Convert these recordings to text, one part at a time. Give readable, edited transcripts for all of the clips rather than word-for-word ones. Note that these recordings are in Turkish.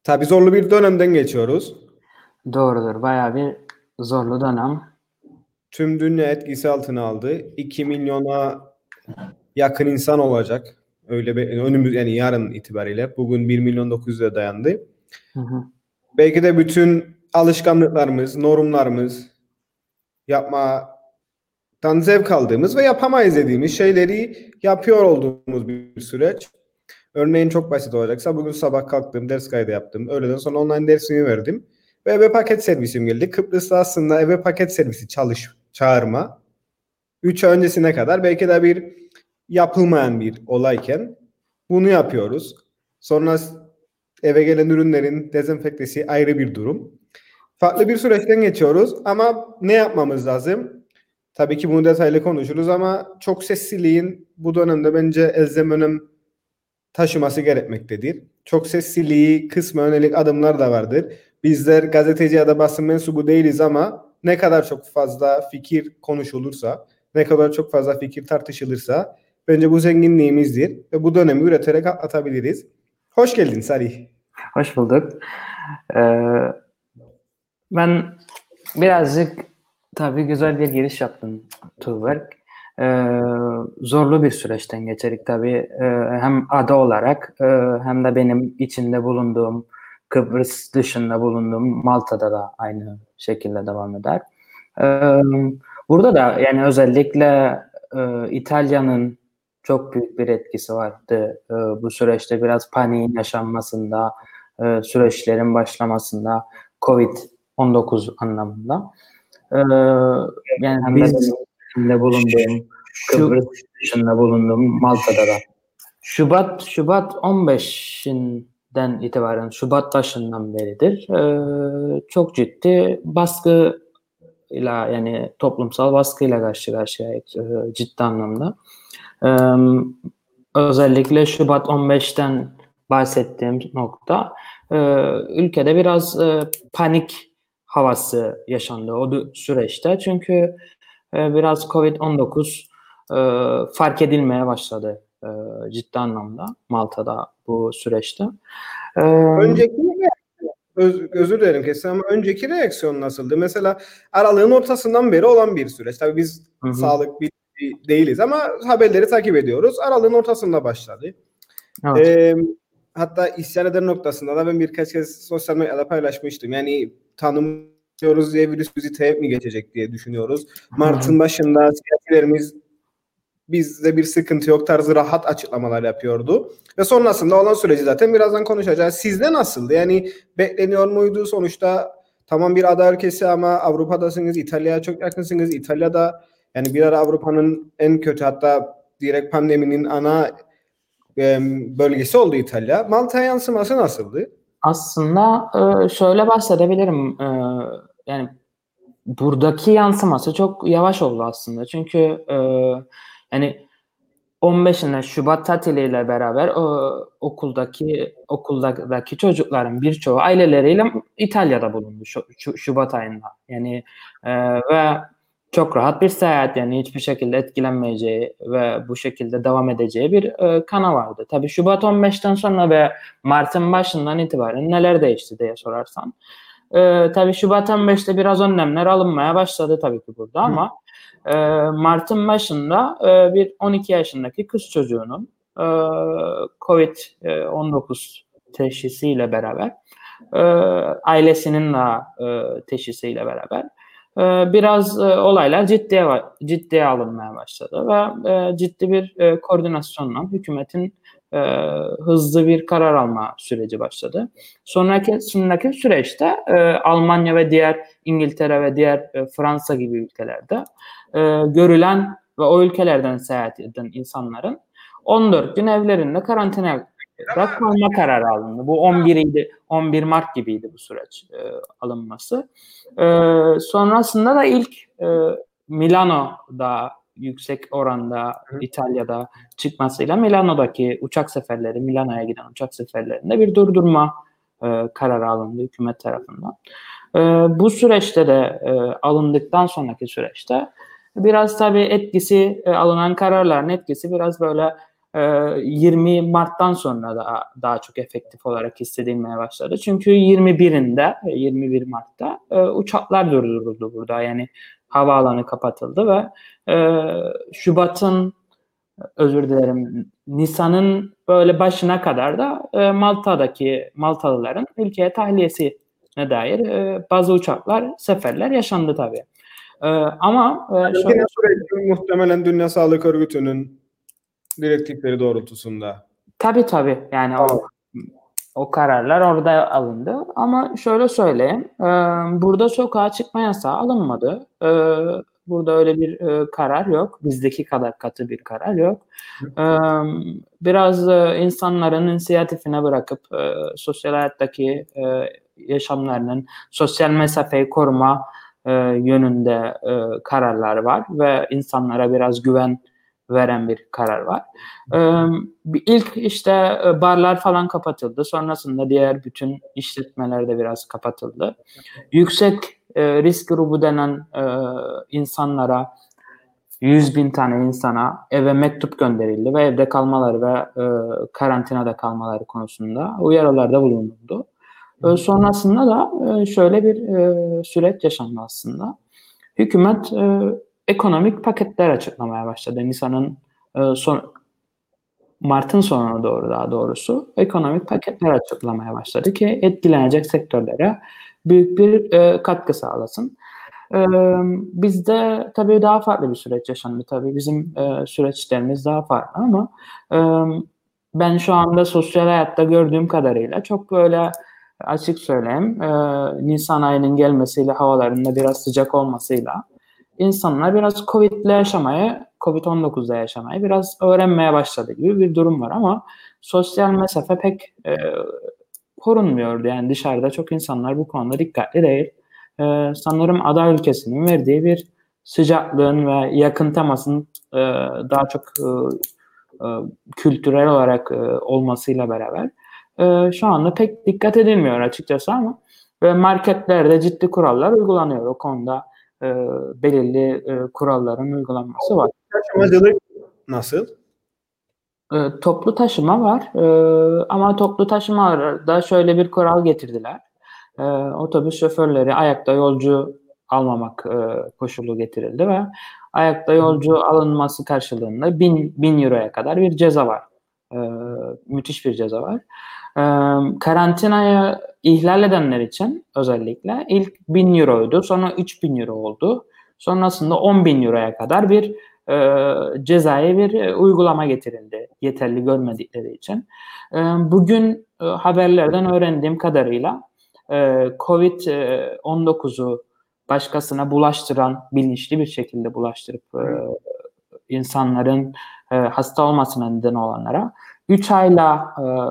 Tabii zorlu bir dönemden geçiyoruz. Doğrudur. Bayağı bir zorlu dönem. Tüm dünya etkisi altına aldı. 2 milyona yakın insan olacak. Öyle bir önümüz yani yarın itibariyle. Bugün 1 milyon 900'e dayandı. Hı hı. Belki de bütün alışkanlıklarımız, normlarımız, yapmaktan zevk aldığımız ve yapamayız dediğimiz şeyleri yapıyor olduğumuz bir süreç. Örneğin çok basit olacaksa bugün sabah kalktım, ders kaydı yaptım. Öğleden sonra online dersimi verdim. Ve eve paket servisim geldi. Kıbrıs'ta aslında eve paket servisi çağırma 3 ay öncesine kadar belki de bir yapılmayan bir olayken bunu yapıyoruz. Sonra eve gelen ürünlerin dezenfektesi ayrı bir durum. Farklı bir süreçten geçiyoruz ama ne yapmamız lazım? Tabii ki bunu detaylı konuşuruz ama çok sesliliğin bu dönemde bence elzem önem taşıması gerekmektedir. Çok sesliliği kısma yönelik adımlar da vardır. Bizler gazeteci ya da basın mensubu değiliz ama ne kadar çok fazla fikir konuşulursa, ne kadar çok fazla fikir tartışılırsa bence bu zenginliğimizdir ve bu dönemi üreterek atlatabiliriz. Hoş geldin Salih. Hoş bulduk. Ben birazcık tabii güzel bir giriş yaptım Tuğberk. Zorlu bir süreçten geçerik tabii. Hem ada olarak hem de benim içinde bulunduğum Kıbrıs dışında bulunduğum Malta'da da aynı şekilde devam eder. Ee, Burada da yani özellikle İtalya'nın çok büyük bir etkisi vardı. Bu süreçte biraz paniğin yaşanmasında, süreçlerin başlamasında, Covid-19 anlamında. Yani hem de Biz içinde bulunduğum Kıbrıs dışında bulunduğum Malta'da da. Şubat 15'inden itibaren, Şubat başından beridir çok ciddi baskıyla, yani toplumsal baskıyla karşı karşıyayız ciddi anlamda. Özellikle Şubat 15'ten bahsettiğim nokta ülkede biraz panik havası yaşandı o süreçte. Çünkü biraz Covid-19 fark edilmeye başladı ciddi anlamda Malta'da bu süreçte. önceki özür dilerim kesin ama önceki reaksiyon nasıldı? Mesela aralığın ortasından beri olan bir süreç. Tabii biz sağlık bilimci değiliz ama haberleri takip ediyoruz. Aralığın ortasında başladı. Evet. Hatta isyan eden noktasında da ben birkaç kez sosyal medyada paylaşmıştım. Yani tanımıyoruz diye virüs bizi teyip mi geçecek diye düşünüyoruz. Mart'ın başında siyasilerimiz bizde bir sıkıntı yok tarzı rahat açıklamalar yapıyordu. Ve sonrasında olan süreci zaten birazdan konuşacağız. Sizde nasıldı? Yani bekleniyor muydu? Sonuçta tamam bir ada ülkesi ama Avrupa'dasınız. İtalya'ya çok yakınsınız. İtalya'da yani bir ara Avrupa'nın en kötü hatta direkt pandeminin ana bölgesi oldu İtalya. Malta'ya yansıması nasıldı? Aslında şöyle bahsedebilirim. Yani buradaki yansıması çok yavaş oldu aslında. Çünkü yani 15'inde Şubat tatiliyle beraber okuldaki çocukların birçoğu aileleriyle İtalya'da bulundu Şubat ayında. Yani ve çok rahat bir seyahat, yani hiçbir şekilde etkilenmeyeceği ve bu şekilde devam edeceği bir kanı vardı. Tabii Şubat 15'ten sonra ve Mart'ın başından itibaren neler değişti diye sorarsan. Tabii Şubat 15'te biraz önlemler alınmaya başladı tabii ki burada ama Mart'ın başında bir 12 yaşındaki kız çocuğunun Covid-19 teşhisiyle beraber ailesinin de teşhisiyle beraber biraz olaylar ciddiye alınmaya başladı ve ciddi bir koordinasyonla hükümetin hızlı bir karar alma süreci başladı. Sonraki süreçte Almanya ve İngiltere ve Fransa gibi ülkelerde görülen ve o ülkelerden seyahat eden insanların 14 gün evlerinde karantinada kalma kararı alındı. Bu 11 Mart gibiydi bu süreç alınması. Sonrasında da ilk Milano'da yüksek oranda İtalya'da çıkmasıyla Milano'daki Milano'ya giden uçak seferlerinde bir durdurma kararı alındı hükümet tarafından. Bu süreçte de alındıktan sonraki süreçte biraz tabii alınan kararların etkisi biraz böyle 20 Mart'tan sonra daha çok efektif olarak hissedilmeye başladı. Çünkü 21 Mart'ta uçaklar durduruldu burada. Yani havaalanı kapatıldı ve Şubat'ın, özür dilerim, Nisan'ın böyle başına kadar da Malta'daki Maltalıların ülkeye tahliyesine dair bazı seferler yaşandı tabii. Ama Yine sürekli muhtemelen Dünya Sağlık Örgütü'nün direktifleri doğrultusunda. tabii yani o kararlar orada alındı. Ama şöyle söyleyeyim, burada sokağa çıkma yasağı alınmadı. Burada öyle bir karar yok. Bizdeki kadar katı bir karar yok. Biraz insanların inisiyatifine bırakıp sosyal hayattaki yaşamlarının sosyal mesafeyi koruma yönünde kararlar var ve insanlara biraz güven veren bir karar var. İlk işte barlar falan kapatıldı. Sonrasında diğer bütün işletmeler de biraz kapatıldı. Yüksek risk grubu denen insanlara 100.000 tane insana eve mektup gönderildi ve evde kalmaları ve karantinada kalmaları konusunda uyarılarda bulunuldu. Sonrasında da şöyle bir süreç yaşandı aslında. Hükümet ekonomik paketler açıklamaya başladı. Mart'ın sonuna doğru, daha doğrusu ekonomik paketler açıklamaya başladı ki etkilenecek sektörlere büyük bir katkı sağlasın. Bizde tabii daha farklı bir süreç yaşandı. Tabii bizim süreçlerimiz daha farklı ama ben şu anda sosyal hayatta gördüğüm kadarıyla çok böyle, açık söyleyeyim, Nisan ayının gelmesiyle, havalarında biraz sıcak olmasıyla insanlar biraz Covid-19'da yaşamayı biraz öğrenmeye başladı gibi bir durum var ama sosyal mesafe pek korunmuyordu. Yani dışarıda çok insanlar bu konuda dikkatli değil. Sanırım ada ülkesinin verdiği bir sıcaklığın ve yakın temasın daha çok kültürel olarak olmasıyla beraber şu anda pek dikkat edilmiyor açıkçası ama marketlerde ciddi kurallar uygulanıyor. O konuda belirli kuralların uygulanması var. Taşımacılık nasıl? Toplu taşıma var ama toplu taşımalarda şöyle bir kural getirdiler. Otobüs şoförleri ayakta yolcu almamak koşulu getirildi ve ayakta yolcu alınması karşılığında 1000 euroya kadar bir ceza var. Müthiş bir ceza var. Karantinayı ihlal edenler için özellikle ilk 1000 euroydu, sonra 3000 euro oldu. Sonrasında 10.000 euroya kadar bir cezai bir uygulama getirildi yeterli görmedikleri için. Bugün haberlerden öğrendiğim kadarıyla Covid-19'u başkasına bulaştıran, bilinçli bir şekilde bulaştırıp insanların hasta olmasına neden olanlara 3 ayla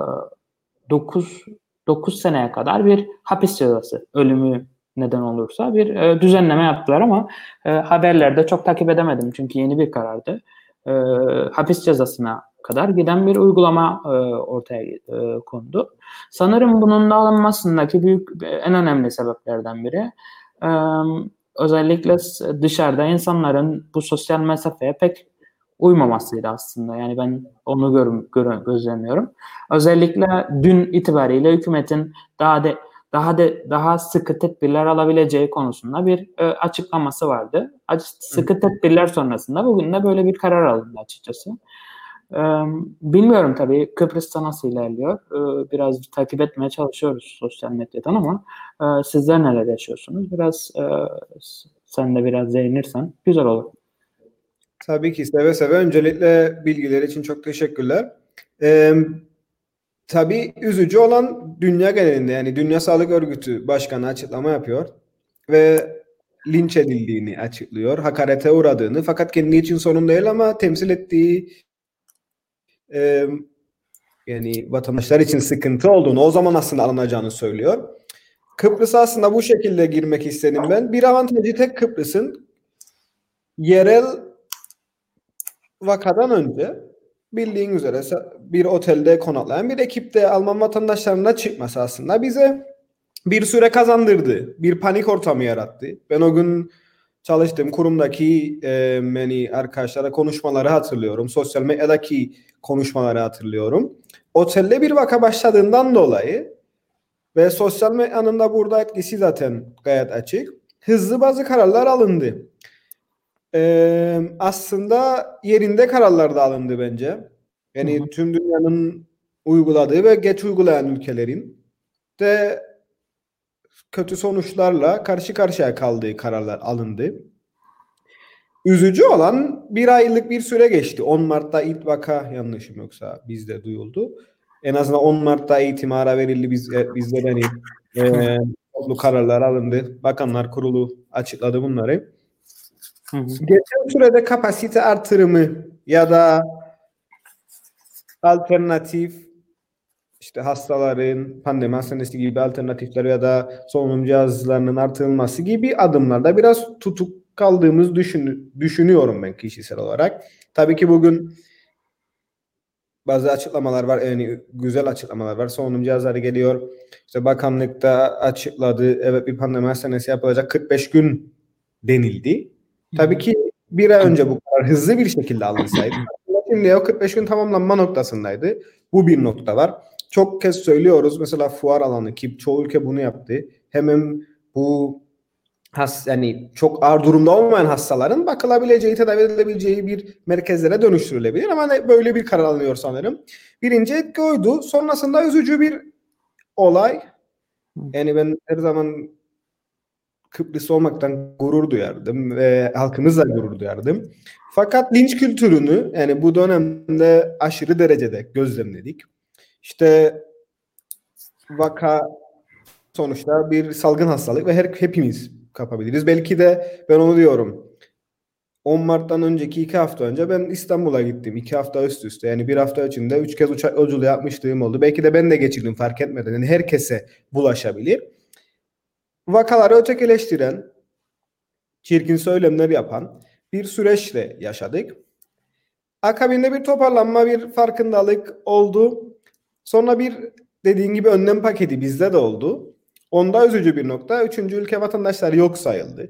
9 seneye kadar bir hapis cezası, ölümü neden olursa bir düzenleme yaptılar ama haberlerde çok takip edemedim çünkü yeni bir karardı. Hapis cezasına kadar giden bir uygulama ortaya kondu. Sanırım bunun da alınmasındaki en önemli sebeplerden biri özellikle dışarıda insanların bu sosyal mesafeye pek uymamasıydı aslında. Yani ben onu gözlemliyorum. Özellikle dün itibariyle hükümetin daha sıkı tedbirler alabileceği konusunda bir açıklaması vardı. Sıkı tedbirler sonrasında bugün de böyle bir karar alındı açıkçası. Bilmiyorum tabii Kıbrıs'ta nasıl ilerliyor. Biraz takip etmeye çalışıyoruz sosyal medyadan ama sizler neler yaşıyorsunuz? Biraz sen de biraz değinirsen güzel olur. Tabii ki seve seve. Öncelikle bilgiler için çok teşekkürler. Tabii üzücü olan dünya genelinde, yani Dünya Sağlık Örgütü Başkanı açıklama yapıyor ve linç edildiğini açıklıyor, hakarete uğradığını, fakat kendi için sorun değil ama temsil ettiği yani vatandaşlar için sıkıntı olduğunu, o zaman aslında alınacağını söylüyor. Kıbrıs'a aslında bu şekilde girmek istedim ben. Bir avantajı tek Kıbrıs'ın yerel vakadan önce bildiğin üzere bir otelde konaklayan bir ekipte Alman vatandaşlarına çıkması aslında bize bir süre kazandırdı. Bir panik ortamı yarattı. Ben o gün çalıştığım kurumdaki yani arkadaşlara konuşmaları hatırlıyorum. Sosyal medyadaki konuşmaları hatırlıyorum. Otelde bir vaka başladığından dolayı ve sosyal medyanın da burada etkisi zaten gayet açık. Hızlı bazı kararlar alındı. Aslında yerinde kararlar da alındı bence. Yani tüm dünyanın uyguladığı ve geç uygulayan ülkelerin de kötü sonuçlarla karşı karşıya kaldığı kararlar alındı. Üzücü olan bir aylık bir süre geçti. 10 Mart'ta ilk vaka yanlışım yoksa bizde duyuldu. En azından 10 Mart'ta eğitime ara verildi. Bizde yani toplu kararlar alındı. Bakanlar Kurulu açıkladı bunları. Geçen sürede kapasite artırımı ya da alternatif işte hastaların pandemi hastanesi gibi alternatifler ya da solunum cihazlarının artırılması gibi adımlarda biraz tutuk kaldığımız düşünüyorum ben kişisel olarak. Tabii ki bugün bazı açıklamalar var. Yani güzel açıklamalar var. Solunum cihazları geliyor. İşte bakanlıkta açıkladı. Evet bir pandemi hastanesi yapılacak 45 gün denildi. Tabii ki bir ay önce bu kadar hızlı bir şekilde alınsaydı. Şimdi o 45 gün tamamlanma noktasındaydı. Bu bir nokta var. Çok kez söylüyoruz. Mesela fuar alanı ki çoğu ülke bunu yaptı. Hemen bu yani çok ağır durumda olmayan hastaların bakılabileceği, tedavi edilebileceği bir merkezlere dönüştürülebilir. Ama böyle bir karar alınıyor sanırım. Birinci etki oydu. Sonrasında üzücü bir olay. Yani ben her zaman Kıbrıs olmaktan gurur duyardım ve halkımızla gurur duyardım. Fakat linç kültürünü yani bu dönemde aşırı derecede gözlemledik. İşte vaka sonuçta bir salgın hastalık ve hepimiz kapabiliriz. Belki de ben onu diyorum. 10 Mart'tan önceki 2 hafta önce ben İstanbul'a gittim. 2 hafta üst üste. Yani bir hafta içinde 3 kez uçak yolculuğu yapmışlığım oldu. Belki de ben de geçirdim fark etmeden. Yani herkese bulaşabilir. Vakaları ötekileştiren, çirkin söylemler yapan bir süreçle yaşadık. Akabinde bir toparlanma, bir farkındalık oldu. Sonra bir dediğin gibi önlem paketi bizde de oldu. Onda üzücü bir nokta. Üçüncü ülke vatandaşları yok sayıldı.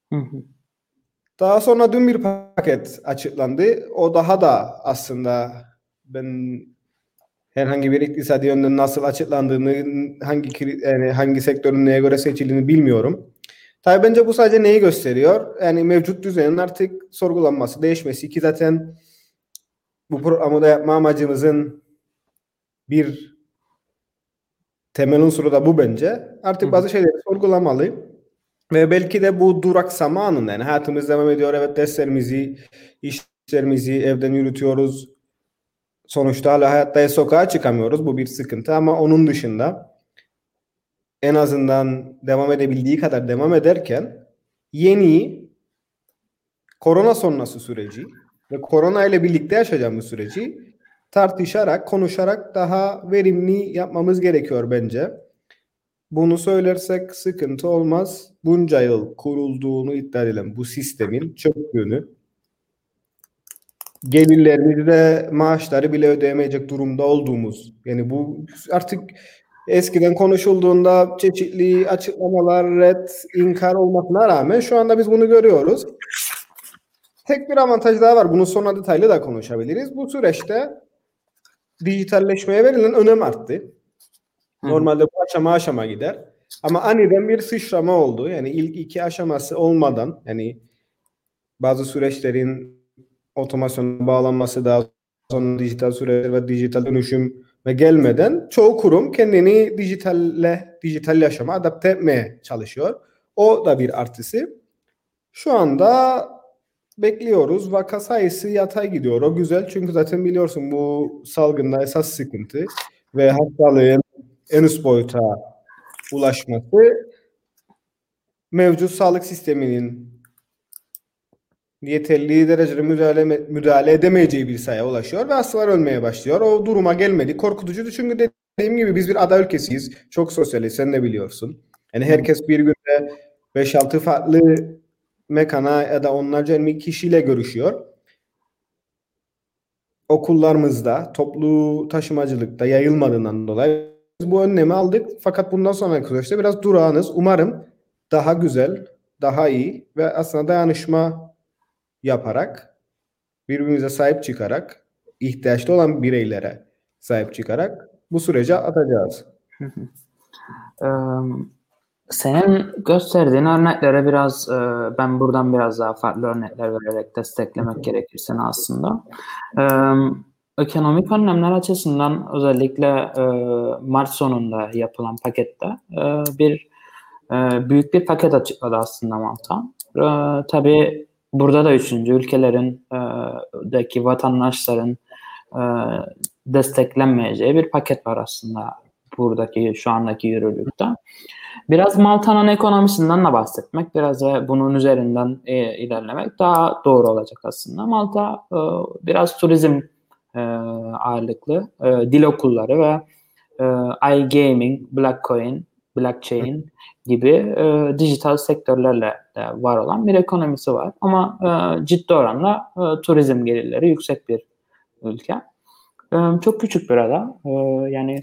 Daha sonra dün bir paket açıklandı. O daha da aslında ben herhangi bir iktisadi yönden nasıl açıklandığını, hangi sektörün neye göre seçildiğini bilmiyorum. Tabii bence bu sadece neyi gösteriyor? Yani mevcut düzenin artık sorgulanması, değişmesi ki zaten bu programı da yapma amacımızın bir temel unsuru da bu bence. Artık bazı şeyleri sorgulamalı. Ve belki de bu duraksama anında yani hayatımız devam ediyor. Evet derslerimizi, işlerimizi evden yürütüyoruz. Sonuçta hala hayattayız, sokağa çıkamıyoruz. Bu bir sıkıntı ama onun dışında en azından devam edebildiği kadar devam ederken yeni korona sonrası süreci ve korona ile birlikte yaşayacağımız süreci tartışarak, konuşarak daha verimli yapmamız gerekiyor bence. Bunu söylersek sıkıntı olmaz. Bunca yıl kurulduğunu iddia edilen bu sistemin çöktüğünü, gelirlerimizi de maaşları bile ödeyemeyecek durumda olduğumuz. Yani bu artık eskiden konuşulduğunda çeşitli açıklamalar, red, inkar olmasına rağmen şu anda biz bunu görüyoruz. Tek bir avantaj daha var. Bunu sonra detaylı da konuşabiliriz. Bu süreçte dijitalleşmeye verilen önem arttı. Normalde bu aşama aşama gider. Ama aniden bir sıçrama oldu. Yani ilk iki aşaması olmadan yani bazı süreçlerin otomasyona bağlanması daha sonra dijital süreçler ve dijital dönüşüm ve gelmeden çoğu kurum kendini dijital yaşama adapte etmeye çalışıyor. O da bir artısı. Şu anda bekliyoruz. Vaka sayısı yatay gidiyor. O güzel çünkü zaten biliyorsun bu salgında esas sıkıntı ve hastalığın en üst boyuta ulaşması mevcut sağlık sisteminin yeterli derecede müdahale edemeyeceği bir sayıya ulaşıyor ve hastalar ölmeye başlıyor. O duruma gelmedi. Korkutucu çünkü dediğim gibi biz bir ada ülkesiyiz. Çok sosyaliz. Sen de biliyorsun. Yani herkes bir günde 5-6 farklı mekana ya da onlarca kişiyle görüşüyor. Okullarımızda, toplu taşımacılıkta yayılmadığından dolayı biz bu önlemi aldık. Fakat bundan sonraki süreçte biraz durağınız. Umarım daha güzel, daha iyi ve aslında dayanışma yaparak, birbirimize sahip çıkarak, ihtiyaçta olan bireylere sahip çıkarak bu sürece atacağız. Ee, Senin gösterdiğin örneklere biraz ben buradan biraz daha farklı örnekler vererek desteklemek gerekirse aslında. Ekonomik önlemler açısından özellikle Mart sonunda yapılan pakette bir büyük bir paket açıkladı aslında Malta. Tabii burada da üçüncü ülkelerin deki vatandaşların e, desteklenmeyeceği bir paket var aslında buradaki şu andaki yürürlükte. Biraz Malta'nın ekonomisinden de bahsetmek, biraz da bunun üzerinden ilerlemek daha doğru olacak aslında. Malta biraz turizm ağırlıklı, dil okulları ve iGaming, blockchain gibi dijital sektörlerle var olan bir ekonomisi var. Ama ciddi oranda turizm gelirleri yüksek bir ülke. Çok küçük bir ada. Yani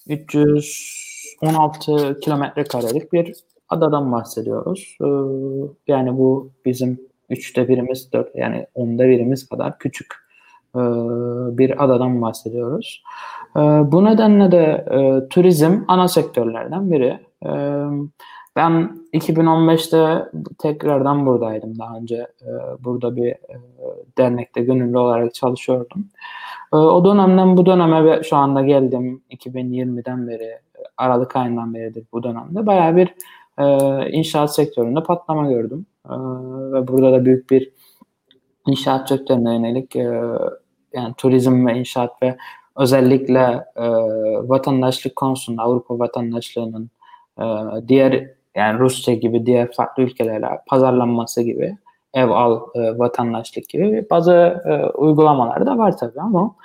316 kilometre karelik bir adadan bahsediyoruz. Yani bu bizim 3'te 1'imiz, yani 10'da 1'imiz kadar küçük bir adadan bahsediyoruz. Bu nedenle de turizm ana sektörlerden biri. Ben 2015'te tekrardan buradaydım daha önce. Burada bir dernekte gönüllü olarak çalışıyordum. O dönemden bu döneme ve şu anda geldim 2020'den beri, Aralık ayından beridir bu dönemde bayağı bir inşaat sektöründe patlama gördüm. Ve burada da büyük bir inşaat sektörüne yönelik yani turizm ve inşaat ve özellikle vatandaşlık konusunda Avrupa vatandaşlığının diğer yani Rusya gibi diğer farklı ülkelerle pazarlanması gibi ev al vatandaşlık gibi bazı uygulamalar da var tabii ama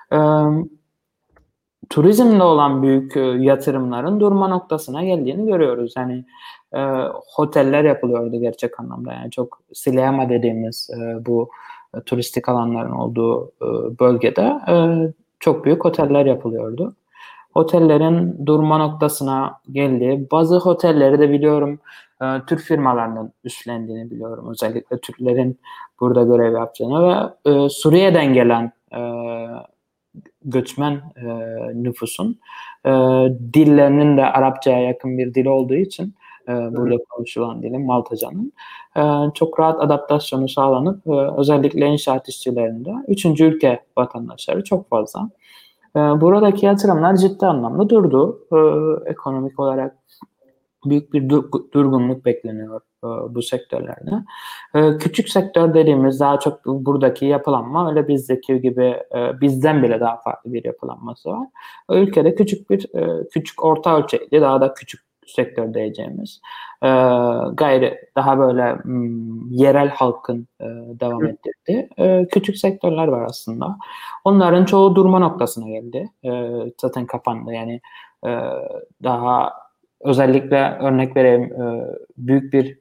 turizmde olan büyük yatırımların durma noktasına geldiğini görüyoruz. Yani oteller yapılıyordu gerçek anlamda. Yani çok Sliema dediğimiz bu turistik alanların olduğu bölgede çok büyük oteller yapılıyordu. Otellerin durma noktasına geldi. Bazı otelleri de biliyorum Türk firmalarının üstlendiğini biliyorum. Özellikle Türklerin burada görev yaptığını ve Suriye'den gelen göçmen nüfusun dillerinin de Arapçaya yakın bir dil olduğu için burada konuşulan dilin Maltaca'nın çok rahat adaptasyonu sağlanıp özellikle inşaat işçilerinde üçüncü ülke vatandaşları çok fazla. Buradaki yatırımlar ciddi anlamda durdu. Ekonomik olarak büyük bir durgunluk bekleniyor bu sektörlerde. Küçük sektör dediğimiz daha çok buradaki yapılanma öyle bizdeki gibi bizden bile daha farklı bir yapılanması var. Ülkede küçük orta ölçekli daha da küçük sektör diyeceğimiz gayri daha böyle yerel halkın devam ettirdiği küçük sektörler var aslında. Onların çoğu durma noktasına geldi. Zaten kapandı. Yani daha özellikle örnek vereyim büyük bir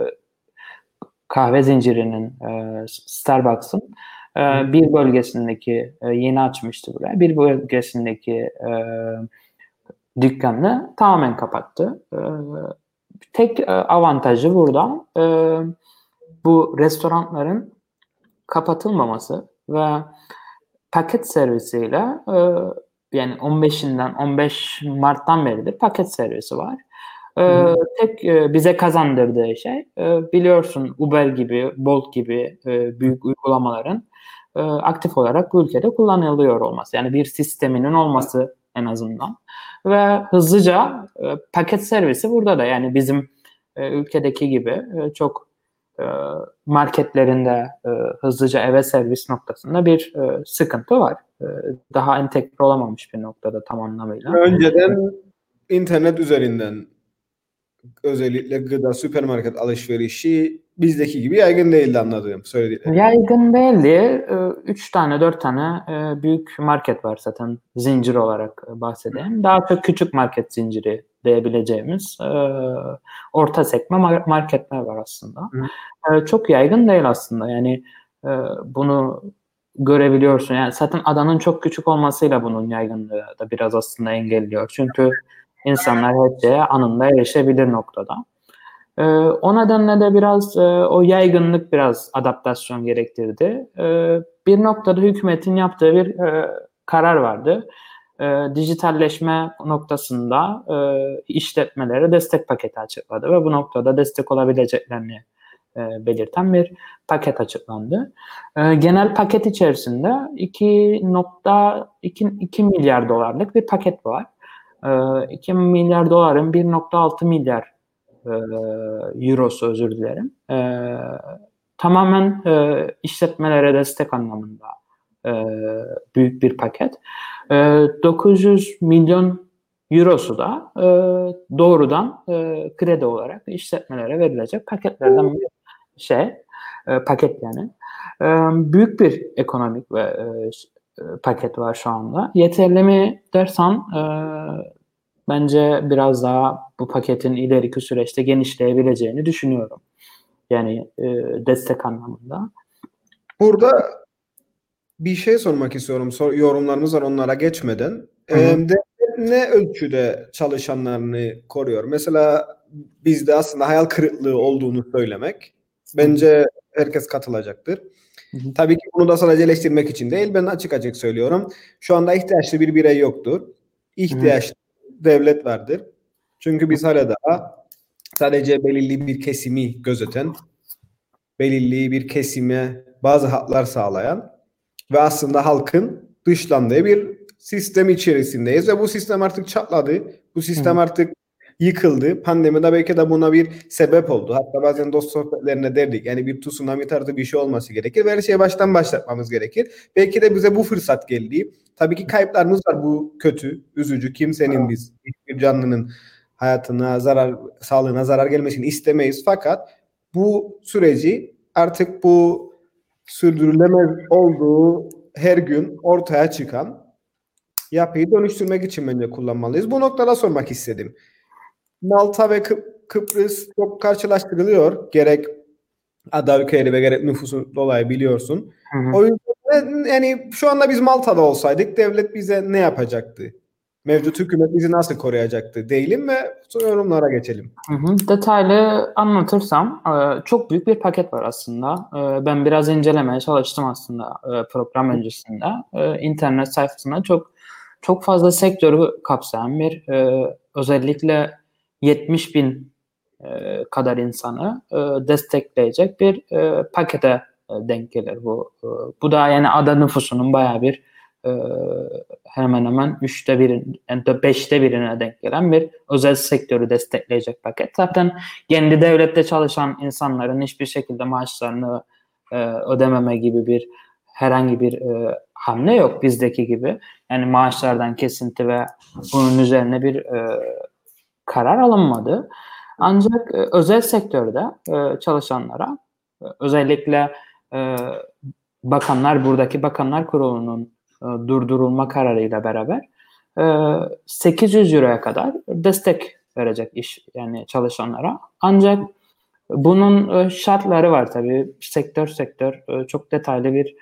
kahve zincirinin Starbucks'ın bir bölgesindeki yeni açmıştı buraya. Bir bölgesindeki dükkanını tamamen kapattı. Tek avantajı burada bu restoranların kapatılmaması ve paket servisiyle yani 15 Mart'tan beridir paket servisi var. Tek bize kazandırdığı şey biliyorsun Uber gibi, Bolt gibi büyük uygulamaların aktif olarak bu ülkede kullanılıyor olması. Yani bir sisteminin olması en azından. Ve hızlıca paket servisi burada da yani bizim ülkedeki gibi çok marketlerinde hızlıca eve servis noktasında bir sıkıntı var. Daha entegre olamamış bir noktada tam anlamıyla. Önceden internet üzerinden özellikle gıda, süpermarket alışverişi bizdeki gibi yaygın değildi anladığım söylediklerim. Yaygın değildi. 3 tane 4 tane büyük market var zaten zincir olarak bahsedeyim. Daha çok küçük market zinciri diyebileceğimiz orta sekme marketler var aslında. Çok yaygın değil aslında. Yani bunu görebiliyorsun. Yani zaten adanın çok küçük olmasıyla bunun yaygınlığı da biraz aslında engelliyor. Çünkü insanlar her şeye anında erişebilir noktada. O nedenle de biraz o yaygınlık biraz adaptasyon gerektirdi. Bir noktada hükümetin yaptığı bir karar vardı. Dijitalleşme noktasında işletmelere destek paketi açıkladı ve bu noktada destek olabileceklerini belirten bir paket açıklandı. Genel paket içerisinde 2.2 milyar dolarlık bir paket var. 2 milyar doların 1.6 milyar eurosu, özür dilerim. Tamamen işletmelere destek anlamında büyük bir paket. 900 milyon eurosu da doğrudan kredi olarak işletmelere verilecek paketlerden bir paket yani. Büyük bir ekonomik ve paket var şu anda. Yeterli mi dersen bence biraz daha bu paketin ileriki süreçte genişleyebileceğini düşünüyorum. Yani destek anlamında. Burada bir şey sormak istiyorum. Yorumlarımız var onlara geçmeden. Hı-hı. Devlet ne ölçüde çalışanlarını koruyor? Mesela bizde aslında hayal kırıklığı olduğunu söylemek bence herkes katılacaktır. Hı-hı. Tabii ki bunu da sadece eleştirmek için değil, ben açık açık söylüyorum. Şu anda ihtiyaçlı bir birey yoktur. İhtiyaçlı devlet vardır. Çünkü biz hala daha sadece belirli bir kesimi gözeten, belirli bir kesime bazı haklar sağlayan ve aslında halkın dışlandığı bir sistem içerisindeyiz ve bu sistem artık çatladı. Bu sistem Hı-hı. artık yıkıldı. Pandemi de belki de buna bir sebep oldu. Hatta bazen dost sohbetlerine derdik. Yani bir tsunami tarzı bir şey olması gerekir ve her şeyi baştan başlatmamız gerekir. Belki de bize bu fırsat geldi. Tabii ki kayıplarımız var. Bu kötü, üzücü. Kimsenin biz, hiçbir canlının hayatına zarar, sağlığına zarar gelmesini istemeyiz. Fakat bu süreci artık bu sürdürülemez olduğu her gün ortaya çıkan yapıyı dönüştürmek için bence kullanmalıyız. Bu noktada sormak istedim. Malta ve Kıbrıs çok karşılaştırılıyor. Gerek ada ülkeleri ve gerek nüfusun dolayı biliyorsun. Hı-hı. O yüzden yani şu anda biz Malta'da olsaydık devlet bize ne yapacaktı? Mevcut hükümet bizi nasıl koruyacaktı? Değilim ve yorumlara geçelim. Detaylı anlatırsam çok büyük bir paket var aslında. Ben biraz incelemeye çalıştım aslında program öncesinde. İnternet sayfasında çok fazla sektörü kapsayan bir özellikle 70 bin kadar insanı destekleyecek bir pakete denk gelir bu. Bu da yani ada nüfusunun bayağı bir e, hemen hemen 1/3 yani 1/5'ine denk gelen bir özel sektörü destekleyecek paket. Zaten kendi devlette çalışan insanların hiçbir şekilde maaşlarını ödememe gibi bir herhangi bir hamle yok bizdeki gibi. Yani maaşlardan kesinti ve bunun üzerine bir karar alınmadı. Ancak özel sektörde çalışanlara özellikle buradaki Bakanlar Kurulu'nun durdurulma kararıyla beraber 800 euroya kadar destek verecek yani çalışanlara. Ancak bunun şartları var tabii. Sektör çok detaylı bir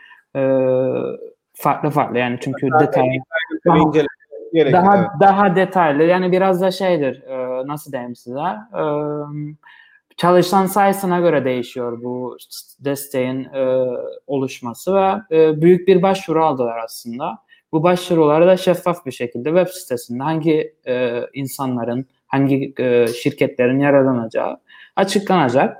farklı yani çünkü detay Gerekir, evet. daha detaylı yani biraz da şeydir nasıl diyeyim size çalışan sayısına göre değişiyor bu desteğin oluşması ve büyük bir başvuru aldılar aslında. Bu başvuruları da şeffaf bir şekilde web sitesinde hangi insanların, hangi şirketlerin yararlanacağı açıklanacak.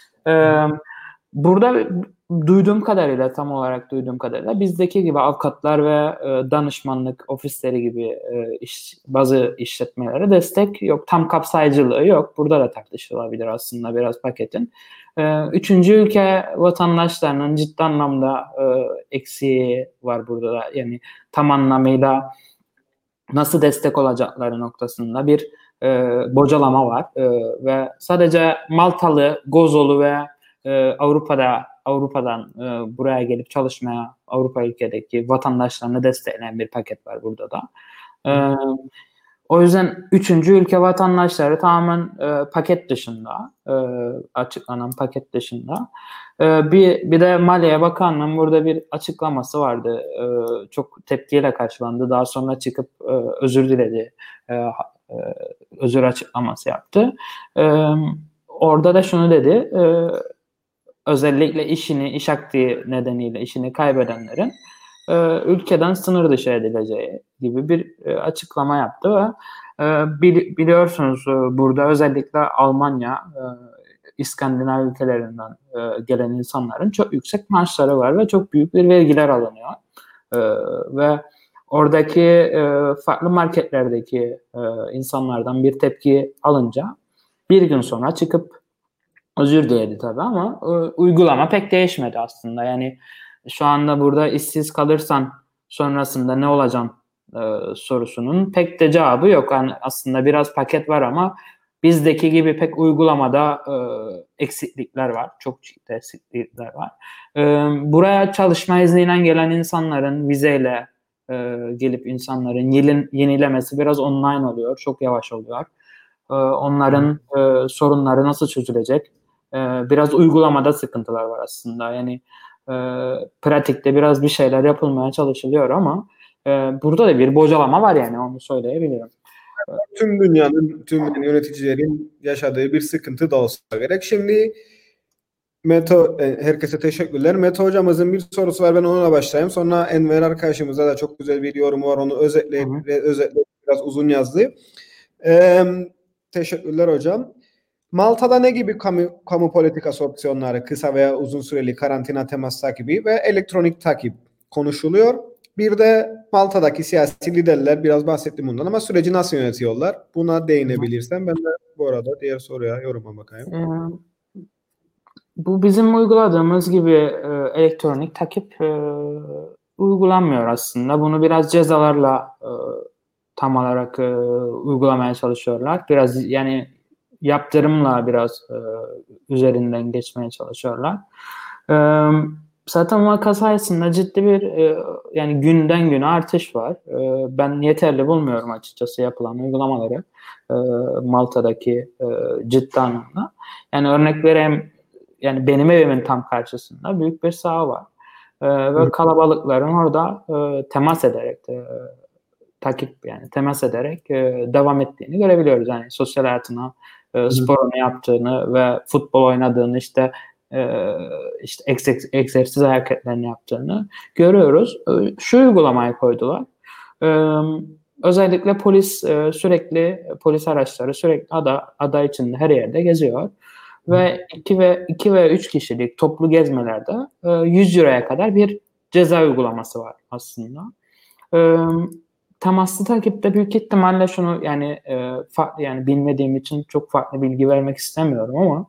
Burada tam olarak duyduğum kadarıyla bizdeki gibi avukatlar ve danışmanlık ofisleri gibi bazı işletmelere destek yok. Tam kapsayıcılığı yok. Burada da tartışılabilir aslında biraz paketin. Üçüncü ülke vatandaşlarının ciddi anlamda eksiği var burada da. Yani tam anlamıyla nasıl destek olacakları noktasında bir bocalama var. Ve sadece Maltalı, Gozolu ve Avrupa'dan buraya gelip çalışmaya Avrupa ülkedeki vatandaşlarını destekleyen bir paket var burada da. O yüzden üçüncü ülke vatandaşları tamamen paket dışında, açıklanan paket dışında. Bir de Maliye Bakanlığı'nın burada bir açıklaması vardı. Çok tepkiyle karşılandı. Daha sonra çıkıp özür diledi. Özür açıklaması yaptı. orada da şunu dedi. Özellikle iş aktiği nedeniyle işini kaybedenlerin ülkeden sınır dışı edileceği gibi bir açıklama yaptı ve biliyorsunuz burada özellikle Almanya, İskandinav ülkelerinden gelen insanların çok yüksek maaşları var ve çok büyük bir vergiler alınıyor. Ve oradaki farklı marketlerdeki insanlardan bir tepki alınca bir gün sonra çıkıp özür diledi tabii ama uygulama pek değişmedi aslında. Yani şu anda burada işsiz kalırsan sonrasında ne olacaksın sorusunun pek de cevabı yok. Yani aslında biraz paket var ama bizdeki gibi pek uygulamada eksiklikler var. Çok ciddi eksiklikler var. Buraya çalışma izniyle gelen insanların vizeyle gelip insanların yenilemesi biraz online oluyor. Çok yavaş oluyor. Onların sorunları nasıl çözülecek? Biraz uygulamada sıkıntılar var aslında. Yani pratikte biraz bir şeyler yapılmaya çalışılıyor ama burada da bir bocalama var yani onu söyleyebilirim. Tüm dünyanın, tüm yöneticilerin yaşadığı bir sıkıntı da olsa gerek. Şimdi herkese teşekkürler. Mete hocamızın bir sorusu var. Ben onunla başlayayım. Sonra Enver arkadaşımıza da çok güzel bir yorumu var. Onu özetleyip biraz uzun yazdı. Teşekkürler hocam. Malta'da ne gibi kamu politikası opsiyonları, kısa veya uzun süreli karantina temas takibi ve elektronik takip konuşuluyor? Bir de Malta'daki siyasi liderler, biraz bahsettim bundan ama süreci nasıl yönetiyorlar? Buna değinebilirsen ben de bu arada diğer soruya yoruma bakayım. Bu bizim uyguladığımız gibi elektronik takip uygulanmıyor aslında. Bunu biraz cezalarla tam olarak uygulamaya çalışıyorlar. Biraz yani yaptırımla biraz üzerinden geçmeye çalışıyorlar. Zaten vaka sayısında ciddi bir yani günden güne artış var. Ben yeterli bulmuyorum açıkçası yapılan uygulamaları Malta'daki ciddi anlamda. Yani örnek vereyim, yani benim evimin tam karşısında büyük bir saha var. Ve kalabalıkların orada temas ederek temas ederek devam ettiğini görebiliyoruz. Yani sosyal hayatına, sporunu yaptığını ve futbol oynadığını işte egzersiz hareketlerini yaptığını görüyoruz. Şu uygulamayı koydular. Özellikle polis araçları sürekli ada içinde her yerde geziyor. Ve 2 ve 3 kişilik toplu gezmelerde 100 euroya kadar bir ceza uygulaması var aslında. Temaslı takipte büyük ihtimalle şunu yani bilmediğim için çok farklı bilgi vermek istemiyorum ama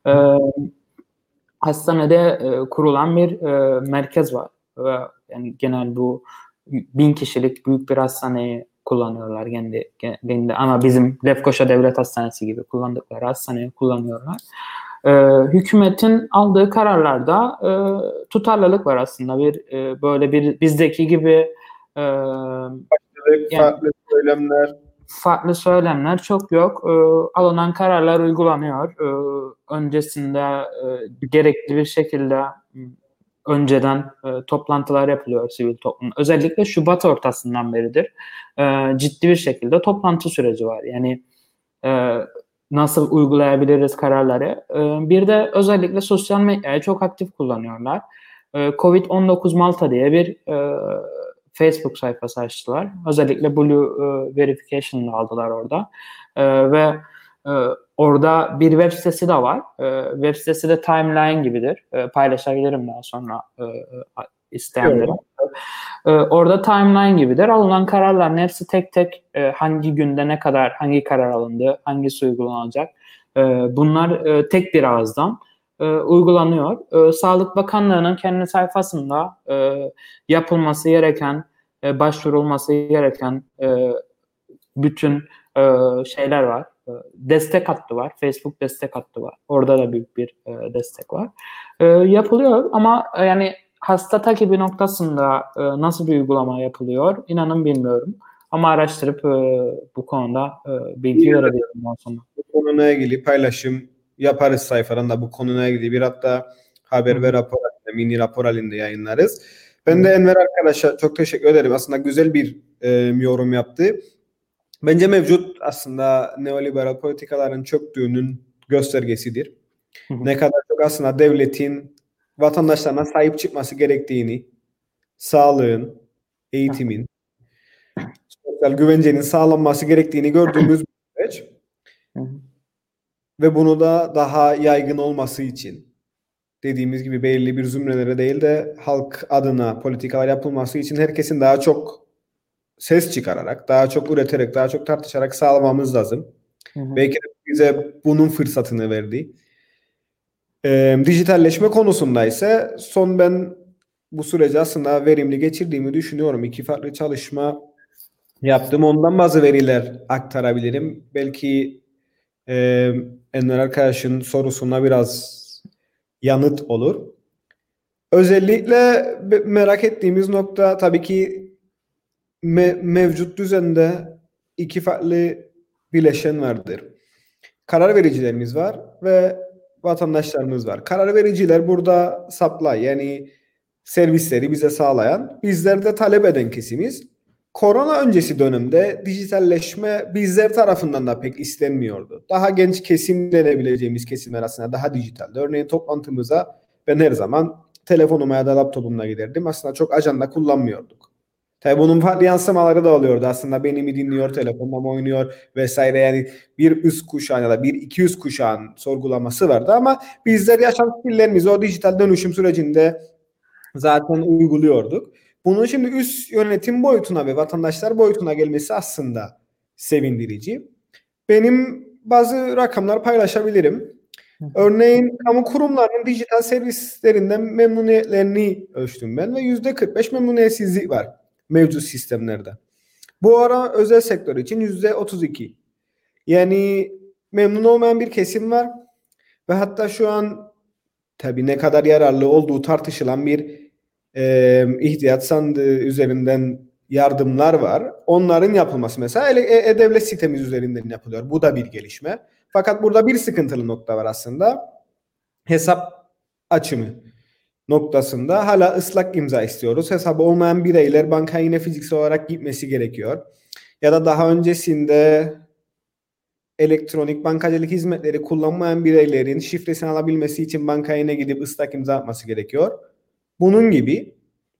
hastanede kurulan bir merkez var ve yani genel bu 1000 kişilik büyük bir hastaneyi kullanıyorlar kendi ama bizim Lefkoşa Devlet Hastanesi gibi kullandıkları hastaneyi kullanıyorlar. Hükümetin aldığı kararlarda tutarlılık var aslında böyle bir bizdeki gibi farklı söylemler çok yok. Alınan kararlar uygulanıyor. Öncesinde gerekli bir şekilde önceden toplantılar yapılıyor sivil toplum. Özellikle Şubat ortasından beridir ciddi bir şekilde toplantı süreci var. Yani nasıl uygulayabiliriz kararları. Bir de özellikle sosyal medyayı çok aktif kullanıyorlar. Covid-19 Malta diye bir Facebook sayfası açtılar. Özellikle Blue Verification'ı aldılar orada. Ve orada bir web sitesi de var. Web sitesi de timeline gibidir. Paylaşabilirim daha sonra isteyenlere. Orada timeline gibidir. Alınan kararların hepsi tek tek hangi günde ne kadar hangi karar alındı, hangisi uygulanacak. Bunlar tek bir ağızdan uygulanıyor. Sağlık Bakanlığı'nın kendi sayfasında yapılması gereken, başvurulması gereken bütün şeyler var. Destek hattı var. Facebook destek hattı var. Orada da büyük bir destek var. Yapılıyor ama yani hasta takibi noktasında nasıl bir uygulama yapılıyor İnanın bilmiyorum. Ama araştırıp bu konuda bilgi verebilirim sonra. Bu konuyla ilgili paylaşım yaparız sayfadan da bu konuyla ilgili bir hatta haber ve rapor halinde, mini rapor halinde yayınlarız. Ben de Enver arkadaşa çok teşekkür ederim. Aslında güzel bir yorum yaptı. Bence mevcut aslında neoliberal politikaların çöktüğünün göstergesidir. Ne kadar çok aslında devletin vatandaşlarına sahip çıkması gerektiğini, sağlığın, eğitimin, sosyal güvencenin sağlanması gerektiğini gördüğümüz bir süreç ve bunu da daha yaygın olması için dediğimiz gibi belirli bir zümrelere değil de halk adına politikalar yapılması için herkesin daha çok ses çıkararak, daha çok üreterek, daha çok tartışarak sağlamamız lazım. Belki de bize bunun fırsatını verdi. Dijitalleşme konusunda ise ben bu süreci aslında verimli geçirdiğimi düşünüyorum. 2 farklı çalışma yaptım. Ondan bazı veriler aktarabilirim. Belki Enver arkadaşın sorusuna biraz yanıt olur. Özellikle merak ettiğimiz nokta tabii ki mevcut düzende 2 farklı bileşen vardır. Karar vericilerimiz var ve vatandaşlarımız var. Karar vericiler burada supply yani servisleri bize sağlayan, bizler de talep eden kesimiz. Korona öncesi dönemde dijitalleşme bizler tarafından da pek istenmiyordu. Daha genç kesim denebileceğimiz kesimler aslında daha dijitaldi. Örneğin toplantımıza ben her zaman telefonuma ya da laptopumla giderdim. Aslında çok ajanda kullanmıyorduk. Tabii bunun farklı yansımaları da oluyordu. Aslında beni mi dinliyor, telefonla mı oynuyor vesaire. Yani bir üst kuşağın ya da bir iki üst kuşağın sorgulaması vardı ama bizler yaşam stillerimizi o dijital dönüşüm sürecinde zaten uyguluyorduk. Bunun şimdi üst yönetim boyutuna ve vatandaşlar boyutuna gelmesi aslında sevindirici. Benim bazı rakamlar paylaşabilirim. Örneğin kamu kurumlarının dijital servislerinden memnuniyetlerini ölçtüm ben ve %45 memnuniyetsizlik var mevcut sistemlerde. Bu ara özel sektör için %32. Yani memnun olmayan bir kesim var ve hatta şu an tabii ne kadar yararlı olduğu tartışılan bir ihtiyaç sandığı üzerinden yardımlar var. Onların yapılması mesela e-devlet sitemiz üzerinden yapılıyor. Bu da bir gelişme. Fakat burada bir sıkıntılı nokta var aslında. Hesap açımı noktasında hala ıslak imza istiyoruz. Hesabı olmayan bireyler bankaya yine fiziksel olarak gitmesi gerekiyor. Ya da daha öncesinde elektronik bankacılık hizmetleri kullanmayan bireylerin şifresini alabilmesi için bankaya yine gidip ıslak imza atması gerekiyor. Bunun gibi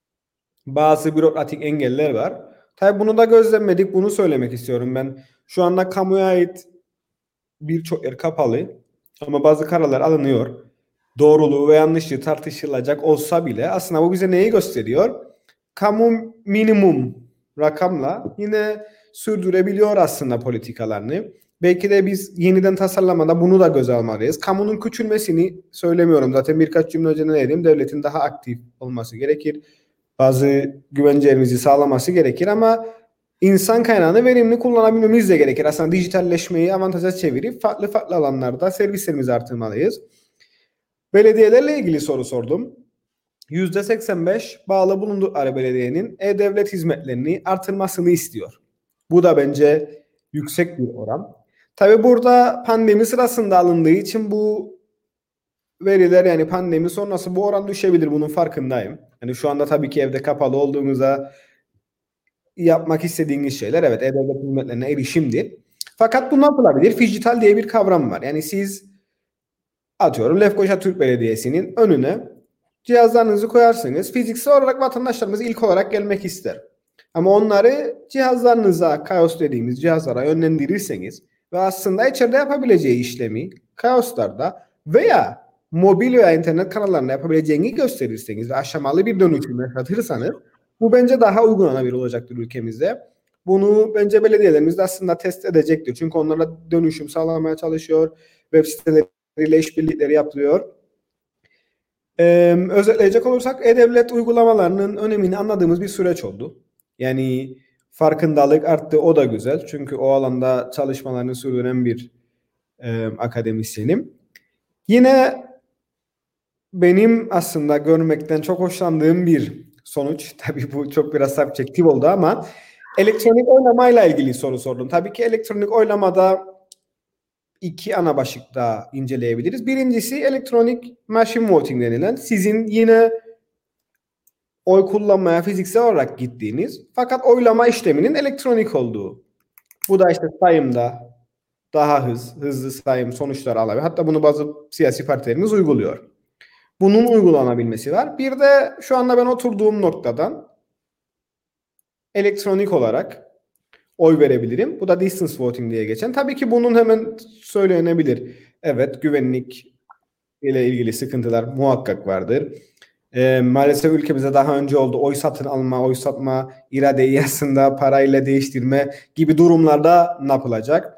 bazı bürokratik engeller var. Tabii bunu da gözlemledik. Bunu söylemek istiyorum ben. Şu anda kamuya ait birçok yer kapalı ama bazı kararlar alınıyor. Doğruluğu ve yanlışlığı tartışılacak olsa bile aslında bu bize neyi gösteriyor? Kamu minimum rakamla yine sürdürebiliyor aslında politikalarını. Belki de biz yeniden tasarlamada bunu da göze almalıyız. Kamunun küçülmesini söylemiyorum. Zaten birkaç cümle önce ne dedim? Devletin daha aktif olması gerekir. Bazı güvencelerimizi sağlaması gerekir ama insan kaynağını verimli kullanabilmemiz de gerekir. Aslında dijitalleşmeyi avantaja çevirip farklı farklı alanlarda servislerimizi artırmalıyız. Belediyelerle ilgili soru sordum. %85 bağlı bulundukları belediyenin e-devlet hizmetlerini artırmasını istiyor. Bu da bence yüksek bir oran. Tabii burada pandemi sırasında alındığı için bu veriler yani pandemi sonrası bu oran düşebilir. Bunun farkındayım. Yani şu anda tabii ki evde kapalı olduğumuzda yapmak istediğiniz şeyler evet e-devlet hizmetlerine erişimdir. Fakat bu nasıl olabilir? Fijital diye bir kavram var. Yani siz atıyorum Lefkoşa Türk Belediyesi'nin önüne cihazlarınızı koyarsınız. Fiziksel olarak vatandaşlarımız ilk olarak gelmek ister. Ama onları cihazlarınıza, Kaios dediğimiz cihazlara yönlendirirseniz ve aslında içeride yapabileceği işlemi Kaios'larda veya mobil veya internet kanallarında yapabileceğini gösterirseniz ve aşamalı bir dönüşüm yaşatırsanız bu bence daha uygulanabilir olacaktır ülkemizde. Bunu bence belediyelerimiz de aslında test edecektir. Çünkü onlarla dönüşüm sağlamaya çalışıyor. Web siteleriyle işbirlikleri yapılıyor. Özetleyecek olursak e-devlet uygulamalarının önemini anladığımız bir süreç oldu. Yani farkındalık arttı, o da güzel. Çünkü o alanda çalışmalarını sürdüren bir akademisyenim. Yine benim aslında görmekten çok hoşlandığım bir sonuç. Tabii bu çok biraz subjektif oldu ama elektronik oylamayla ilgili soru sordum. Tabii ki elektronik oylamada 2 ana başlıkta inceleyebiliriz. Birincisi elektronik machine voting denilen sizin yine oy kullanmaya fiziksel olarak gittiğiniz fakat oylama işleminin elektronik olduğu. Bu da işte sayımda daha hızlı sayım sonuçlar alabilir. Hatta bunu bazı siyasi partilerimiz uyguluyor. Bunun uygulanabilmesi var. Bir de şu anda ben oturduğum noktadan elektronik olarak oy verebilirim. Bu da distance voting diye geçen. Tabii ki bunun hemen söylenebilir. Evet, güvenlik ile ilgili sıkıntılar muhakkak vardır. Maalesef ülkemizde daha önce oldu. Oy satın alma, oy satma, iradeyi aslında parayla değiştirme gibi durumlarda ne yapılacak?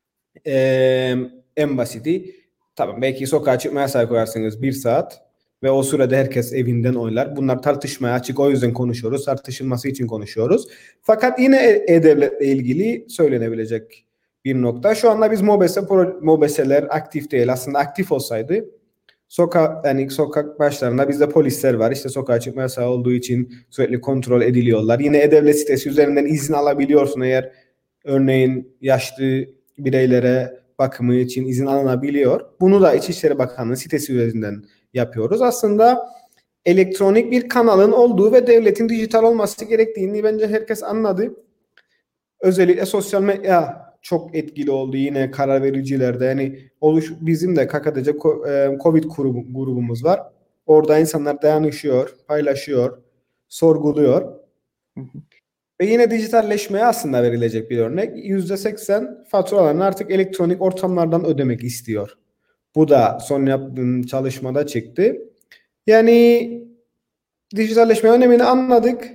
En basiti, tamam, belki sokağa çıkma yasağı koyarsınız 1 saat ve o sürede herkes evinden oylar. Bunlar tartışmaya açık, o yüzden konuşuyoruz. Tartışılması için konuşuyoruz. Fakat yine E-Devlet'le ilgili söylenebilecek bir nokta. Şu anda biz MOBESE'ler aktif değil. Aslında aktif olsaydı sokak başlarında bizde polisler var. İşte sokağa çıkma yasağı olduğu için sürekli kontrol ediliyorlar. Yine E-Devlet sitesi üzerinden izin alabiliyorsun eğer örneğin yaşlı bireylere bakımı için izin alınabiliyor. Bunu da İçişleri Bakanlığı sitesi üzerinden yapıyoruz. Aslında elektronik bir kanalın olduğu ve devletin dijital olması gerektiğini bence herkes anladı. Özellikle sosyal medya çok etkili oldu yine karar vericilerde. Yani bizim de KKTC Covid grubumuz var. Orada insanlar dayanışıyor, paylaşıyor, sorguluyor. Ve yine dijitalleşmeye aslında verilecek bir örnek. %80 faturalarını artık elektronik ortamlardan ödemek istiyor. Bu da son yaptığım çalışmada çıktı. Yani dijitalleşme önemini anladık.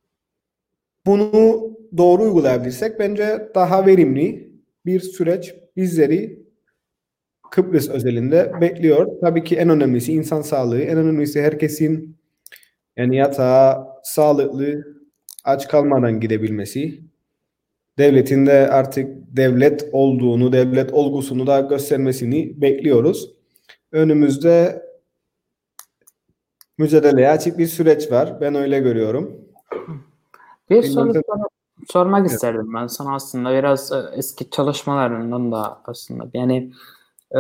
Bunu doğru uygulayabilirsek bence daha verimli bir süreç bizleri Kıbrıs özelinde bekliyor. Tabii ki en önemlisi insan sağlığı, en önemlisi herkesin yani yatağa sağlıklı, aç kalmadan gidebilmesi. Devletin de artık devlet olduğunu, devlet olgusunu da göstermesini bekliyoruz. Önümüzde mücadeleye açık bir süreç var. Ben öyle görüyorum. Bir Bilmiyorum soru sen- sormak Evet. isterdim ben sana aslında biraz eski çalışmalarından da aslında e,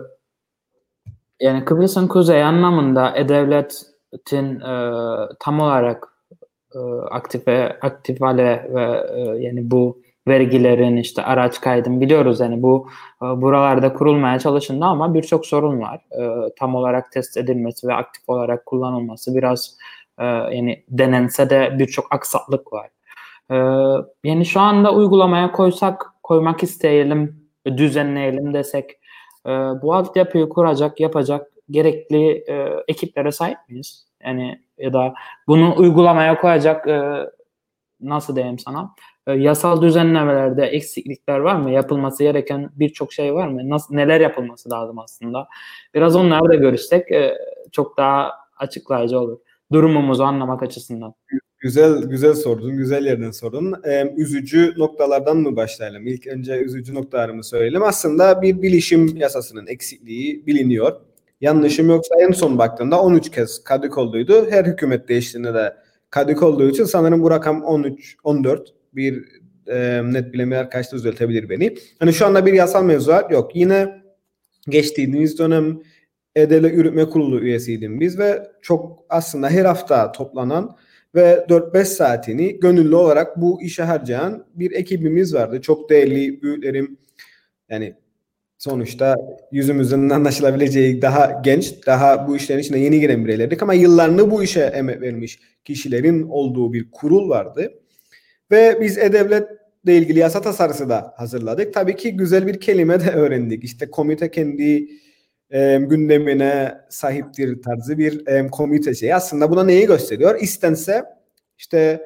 yani Kıbrıs'ın kuzeyi anlamında E-Devlet'in tam olarak aktif hale ve yani bu vergilerin işte araç kaydın biliyoruz yani bu buralarda kurulmaya çalışıldı ama birçok sorun var. Tam olarak test edilmesi ve aktif olarak kullanılması biraz yani denense de birçok aksaklık var. E, Yani şu anda uygulamaya koymak isteyelim, düzenleyelim desek bu altyapıyı kuracak, yapacak gerekli ekiplere sahip miyiz? Yani ya da bunu uygulamaya koyacak nasıl diyeyim sana? Yasal düzenlemelerde eksiklikler var mı? Yapılması gereken birçok şey var mı? Neler yapılması lazım aslında? Biraz onları da görüşsek çok daha açıklayıcı olur. Durumumuzu anlamak açısından. Güzel güzel sordun, güzel yerden sordun. Üzücü noktalardan mı başlayalım? İlk önce üzücü noktalarımı söyleyelim. Aslında bir bilişim yasasının eksikliği biliniyor. Yanlışım yoksa en son baktığımda 13 kez kadık olduydu. Her hükümet değiştiğinde de kadık olduğu için sanırım bu rakam 13, 14. Bir net bilemeyen arkadaş da düzeltebilir beni. Hani şu anda bir yasal mevzuat yok. Yine geçtiğimiz dönem E-Devlet Yürütme Kurulu üyesiydim biz ve çok aslında her hafta toplanan ve 4-5 saatini gönüllü olarak bu işe harcayan bir ekibimiz vardı. Çok değerli büyüklerim, yani sonuçta yüzümüzün anlaşılabileceği daha genç, daha bu işlerin içine yeni giren bireylerdik ama yıllarını bu işe emek vermiş kişilerin olduğu bir kurul vardı. Ve biz E-Devlet'le ilgili yasa tasarısı da hazırladık. Tabii ki güzel bir kelime de öğrendik. İşte komite kendi gündemine sahiptir tarzı bir komite şeyi. Aslında buna neyi gösteriyor? İstense işte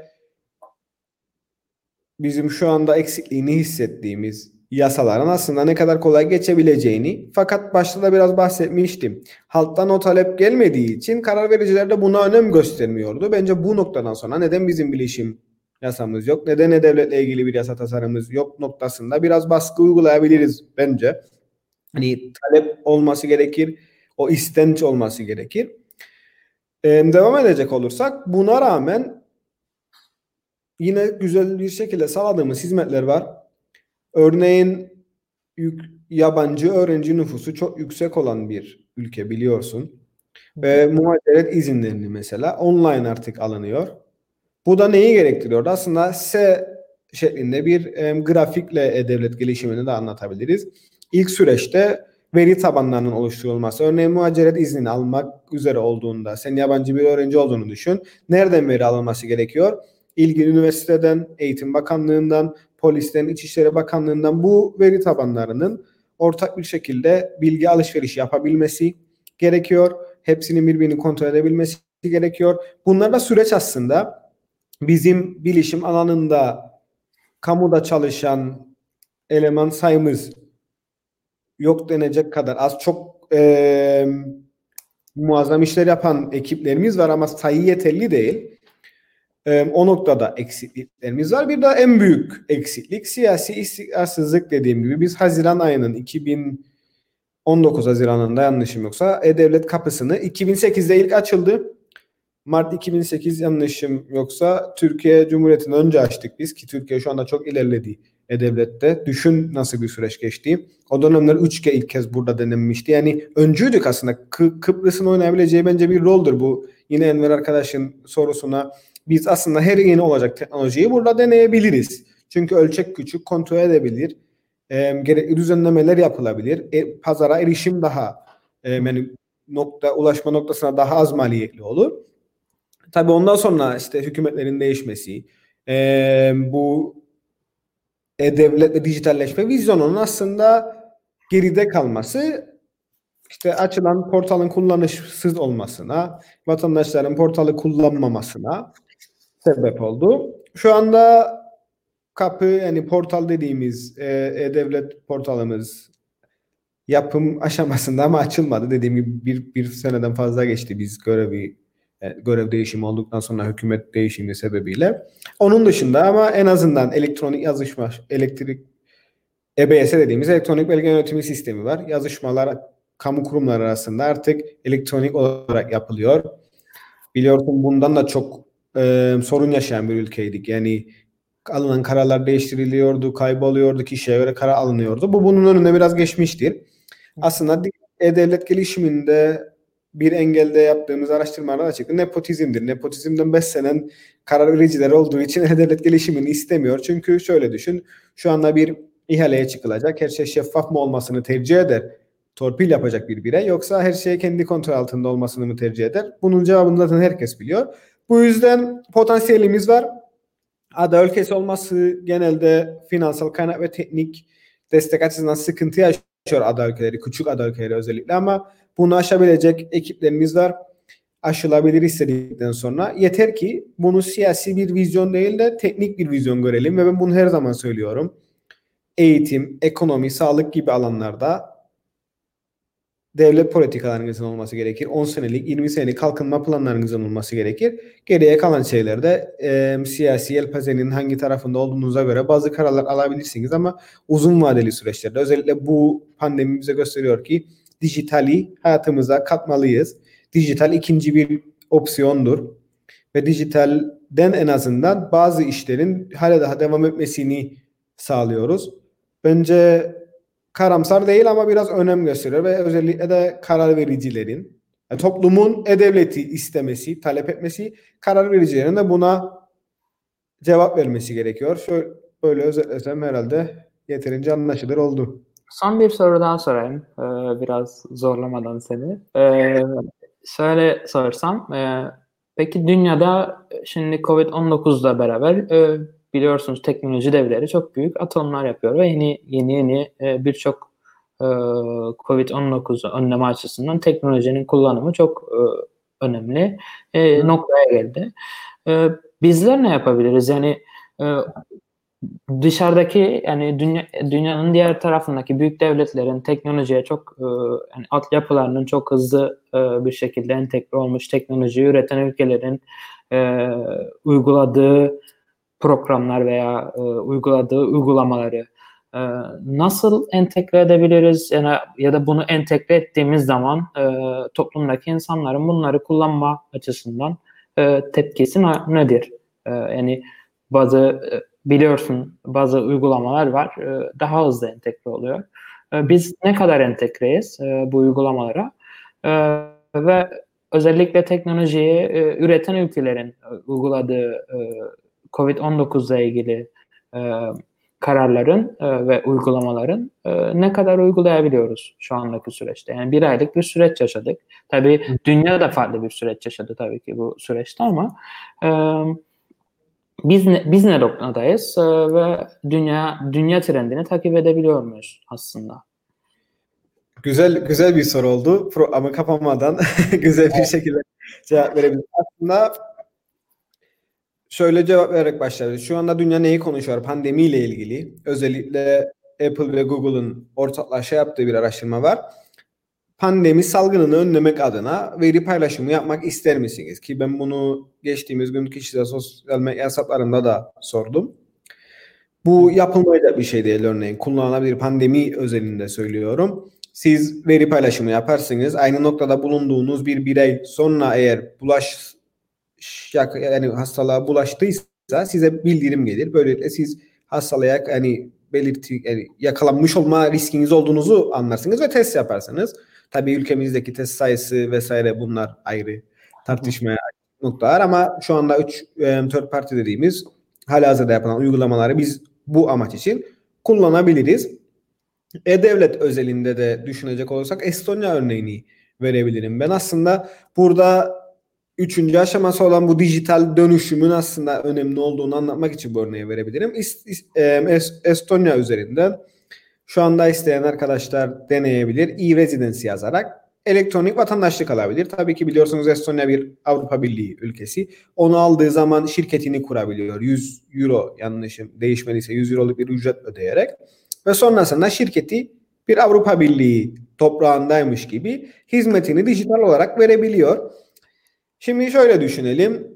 bizim şu anda eksikliğini hissettiğimiz yasaların aslında ne kadar kolay geçebileceğini, fakat başta da biraz bahsetmiştim. Halktan o talep gelmediği için karar vericiler de buna önem göstermiyordu. Bence bu noktadan sonra neden bizim bilişim yasamız yok, neden devletle ilgili bir yasa tasarımımız yok noktasında biraz baskı uygulayabiliriz bence. Hani talep olması gerekir, o istenç olması gerekir. Devam edecek olursak buna rağmen yine güzel bir şekilde sağladığımız hizmetler var. Örneğin yabancı öğrenci nüfusu çok yüksek olan bir ülke biliyorsun. Ve muhaciret izinlerini mesela online artık alınıyor. Bu da neyi gerektiriyor? Aslında şeklinde bir grafikle e-devlet gelişimini de anlatabiliriz. İlk süreçte veri tabanlarının oluşturulması. Örneğin muhaciret iznini almak üzere olduğunda, sen yabancı bir öğrenci olduğunu düşün. Nereden veri alınması gerekiyor? İlgili üniversiteden, Eğitim Bakanlığı'ndan, polisten, İçişleri Bakanlığı'ndan bu veri tabanlarının ortak bir şekilde bilgi alışverişi yapabilmesi gerekiyor. Hepsinin birbirini kontrol edebilmesi gerekiyor. Bunlar da süreç aslında bizim bilişim alanında kamuda çalışan eleman sayımız yok denecek kadar az, çok muazzam işler yapan ekiplerimiz var ama sayı yeterli değil. O noktada eksikliklerimiz var. Bir de en büyük eksiklik siyasi istikrarsızlık dediğim gibi. Biz Haziran ayının 2019 Haziran'ında yanlışım yoksa E-Devlet kapısını 2008'de ilk açıldı. Mart 2008 yanlışım yoksa Türkiye Cumhuriyeti'nden önce açtık biz ki Türkiye şu anda çok ilerledi E-Devlet'te. Düşün nasıl bir süreç geçti. O dönemler 3G ilk kez burada denenmişti. Yani öncüydük aslında. Kıbrıs'ın oynayabileceği bence bir roldür bu. Yine Enver arkadaşın sorusuna biz aslında her yeni olacak teknolojiyi burada deneyebiliriz. Çünkü ölçek küçük, kontrol edebilir. Gerekli düzenlemeler yapılabilir. Pazara erişim daha yani ulaşma noktasına daha az maliyetli olur. Tabii ondan sonra işte hükümetlerin değişmesi, bu devlet ve dijitalleşme vizyonunun aslında geride kalması, işte açılan portalın kullanışsız olmasına, vatandaşların portalı kullanmamasına sebep oldu. Şu anda kapı, yani portal dediğimiz e-devlet portalımız yapım aşamasında ama açılmadı. Dediğim gibi bir seneden fazla geçti biz görev değişimi olduktan sonra hükümet değişimi sebebiyle. Onun dışında ama en azından elektronik yazışma, EBS dediğimiz elektronik belge yönetimi sistemi var. Yazışmalar kamu kurumları arasında artık elektronik olarak yapılıyor. Biliyorsun bundan da çok sorun yaşayan bir ülkeydik. Yani alınan kararlar değiştiriliyordu, kayboluyordu, kişiye göre karar alınıyordu. Bu bunun önüne biraz geçmiştir. Aslında e-devlet gelişiminde bir engelde yaptığımız araştırmalar çıktı. Nepotizmdir. Nepotizmden beslenen karar vericiler olduğu için e-devlet gelişimini istemiyor. Çünkü şöyle düşün, şu anda bir ihaleye çıkılacak. Her şey şeffaf mı olmasını tercih eder? Torpil yapacak bir birey, yoksa her şey kendi kontrol altında olmasını mı tercih eder? Bunun cevabını zaten herkes biliyor. Bu yüzden potansiyelimiz var. Ada ülkesi olması genelde finansal kaynak ve teknik destek açısından sıkıntı yaşıyor ada ülkeleri, küçük ada ülkeleri özellikle, ama bunu aşabilecek ekiplerimiz var. Aşılabilir istedikten sonra. Yeter ki bunu siyasi bir vizyon değil de teknik bir vizyon görelim ve ben bunu her zaman söylüyorum. Eğitim, ekonomi, sağlık gibi alanlarda devlet politikalarınızın olması gerekir. 10 senelik, 20 senelik kalkınma planlarınızın olması gerekir. Geriye kalan şeylerde siyasi yelpazenin hangi tarafında olduğunuza göre bazı kararlar alabilirsiniz ama uzun vadeli süreçlerde, özellikle bu pandemi bize gösteriyor ki dijitali hayatımıza katmalıyız. Dijital ikinci bir opsiyondur ve dijitalden en azından bazı işlerin hala daha devam etmesini sağlıyoruz. Bence karamsar değil ama biraz önem gösteriyor ve özellikle de karar vericilerin, yani toplumun e-devleti istemesi, talep etmesi, karar vericilerin de buna cevap vermesi gerekiyor. Şöyle böyle özetlesem herhalde yeterince anlaşılır oldu. Son bir soru daha sorayım. Biraz zorlamadan seni. Şöyle sorsam, peki dünyada şimdi Covid-19'la beraber biliyorsunuz teknoloji devleri çok büyük atılımlar yapıyor ve yeni birçok Covid-19 önleme açısından teknolojinin kullanımı çok önemli noktaya geldi. Bizler ne yapabiliriz? Yani dışarıdaki, yani dünyanın diğer tarafındaki büyük devletlerin teknolojiye çok yani altyapılarının çok hızlı bir şekilde entegre olmuş teknolojiyi üreten ülkelerin uyguladığı programlar veya uyguladığı uygulamaları nasıl entegre edebiliriz, yani ya da bunu entegre ettiğimiz zaman toplumdaki insanların bunları kullanma açısından tepkisi nedir? Yani biliyorsun bazı uygulamalar var, daha hızlı entegre oluyor. Biz ne kadar entegreyiz bu uygulamalara? Ve özellikle teknolojiyi üreten ülkelerin uyguladığı Covid-19 ile ilgili kararların ve uygulamaların ne kadar uygulayabiliyoruz şu andaki süreçte. Yani bir aylık bir süreç yaşadık. Tabii dünya da farklı bir süreç yaşadı tabii ki bu süreçte ama e, biz ne noktadayız ve dünya trendini takip edebiliyor muyuz aslında? Güzel bir soru oldu. Programı kapamadan güzel bir şekilde cevap verebilirim. Aslında şöyle cevap vererek başlayabiliriz. Şu anda dünya neyi konuşuyor? Pandemiyle ilgili. Özellikle Apple ve Google'ın ortaklaşa yaptığı bir araştırma var. Pandemi salgınını önlemek adına veri paylaşımı yapmak ister misiniz? Ki ben bunu geçtiğimiz gün kişisel sosyal medya hesaplarımda da sordum. Bu yapılmayacak bir şey değil örneğin. Kullanılabilir yani özelinde söylüyorum. Siz veri paylaşımı yaparsınız. Aynı noktada bulunduğunuz bir birey sonra eğer yani hastalığa bulaştıysa size bildirim gelir. Böylelikle siz hastalığa yani yani yakalanmış olma riskiniz olduğunuzu anlarsınız ve test yaparsınız. Tabii ülkemizdeki test sayısı vesaire bunlar ayrı tartışmaya noktalar ama şu anda 3 third party dediğimiz halihazırda yapılan uygulamaları biz bu amaç için kullanabiliriz. E-Devlet özelinde de düşünecek olursak Estonya örneğini verebilirim. Ben aslında burada üçüncü aşaması olan bu dijital dönüşümün aslında önemli olduğunu anlatmak için bu örneği verebilirim. Estonya üzerinden şu anda isteyen arkadaşlar deneyebilir. E-Residence yazarak elektronik vatandaşlık alabilir. Tabii ki biliyorsunuz Estonya bir Avrupa Birliği ülkesi. Onu aldığı zaman şirketini kurabiliyor. 100 euro yanlışım değişmediyse 100 euroluk bir ücret ödeyerek. Ve sonrasında şirketi bir Avrupa Birliği toprağındaymış gibi hizmetini dijital olarak verebiliyor. Şimdi şöyle düşünelim.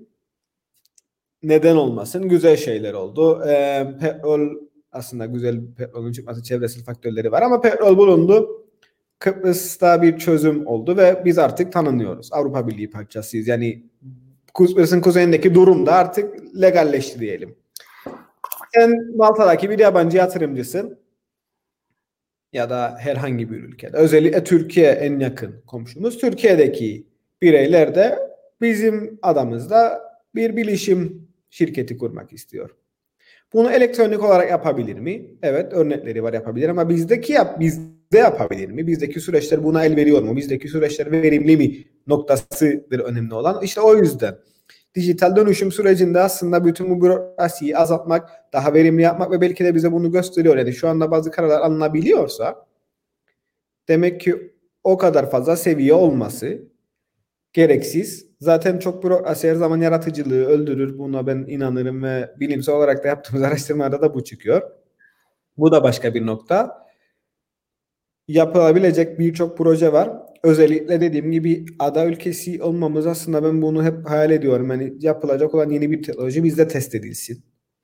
Neden olmasın? Güzel şeyler oldu. Petrol aslında güzel petrolün çıkması çevresel faktörleri var ama petrol bulundu. Kıbrıs'ta bir çözüm oldu ve biz artık tanınıyoruz. Avrupa Birliği parçasıyız. Yani Kıbrıs'ın kuzeyindeki durum da artık legalleşti diyelim. Sen Malta'daki bir yabancı yatırımcısın ya da herhangi bir ülkede. Özellikle Türkiye en yakın komşumuz. Türkiye'deki bireyler de bizim adamızda bir bilişim şirketi kurmak istiyor. Bunu elektronik olarak yapabilir mi? Evet, örnekleri var yapabilir ama bizde yapabilir mi? Bizdeki süreçler buna el veriyor mu? Bizdeki süreçler verimli mi? Noktasıdır önemli olan. İşte o yüzden dijital dönüşüm sürecinde aslında bütün bu bürokrasiyi azaltmak, daha verimli yapmak ve belki de bize bunu gösteriyor. Yani şu anda bazı kararlar alınabiliyorsa demek ki o kadar fazla seviye olması gereksiz. Zaten çok bürokrasi her zaman yaratıcılığı öldürür. Buna ben inanırım ve bilimsel olarak da yaptığımız araştırmalarda da bu çıkıyor. Bu da başka bir nokta. Yapılabilecek birçok proje var. Özellikle dediğim gibi ada ülkesi olmamız aslında ben bunu hep hayal ediyorum. Yani yapılacak olan yeni bir teknoloji bizde test edilsin.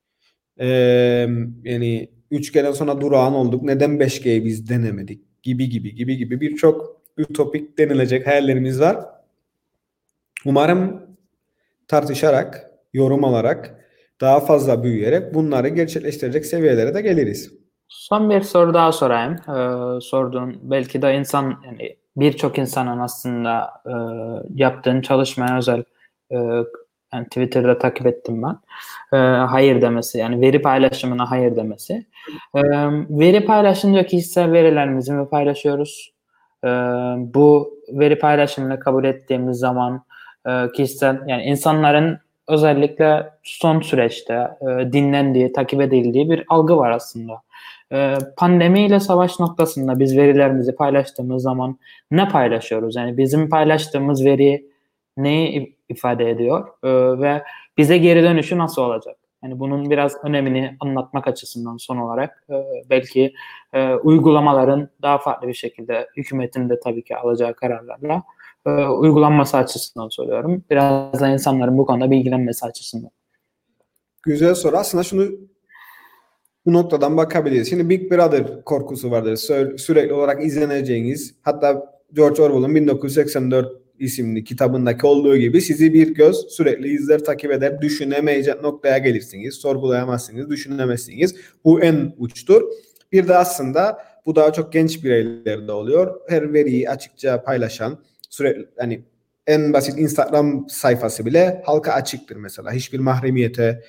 Yani 3G'den sonra durağan olduk. Neden 5G'yi biz denemedik? Gibi birçok ütopik denilecek hayallerimiz var. Umarım tartışarak, yorum alarak, daha fazla büyüyerek bunları gerçekleştirecek seviyelere de geliriz. Son bir soru daha sorayım. Sorduğun belki de yani birçok insanın aslında yaptığın çalışmaya özel yani Twitter'da takip ettim ben. Hayır demesi yani veri paylaşımına hayır demesi. Veri paylaşınca kişisel verilerimizi mi paylaşıyoruz? Bu veri paylaşımını kabul ettiğimiz zaman kişisel yani insanların özellikle son süreçte dinlendiği, takip edildiği bir algı var aslında. Pandemiyle savaş noktasında biz verilerimizi paylaştığımız zaman ne paylaşıyoruz? Yani bizim paylaştığımız veri neyi ifade ediyor ve bize geri dönüşü nasıl olacak? Yani bunun biraz önemini anlatmak açısından son olarak belki uygulamaların daha farklı bir şekilde hükümetin de tabii ki alacağı kararlarla uygulanması açısından söylüyorum. Biraz da insanların bu konuda bilgilenmesi açısından. Güzel soru. Aslında şunu bu noktadan bakabiliriz. Şimdi Big Brother korkusu vardır. Sürekli olarak izleneceğiniz, hatta George Orwell'ın 1984 isimli kitabındaki olduğu gibi sizi bir göz sürekli izler, takip eder, düşünemeyecek noktaya gelirsiniz. Sorgulayamazsınız, düşünemezsiniz. Bu en uçtur. Bir de aslında bu daha çok genç bireylerde oluyor. Her veriyi açıkça paylaşan, sürekli hani en basit Instagram sayfası bile halka açıktır mesela. Hiçbir mahremiyete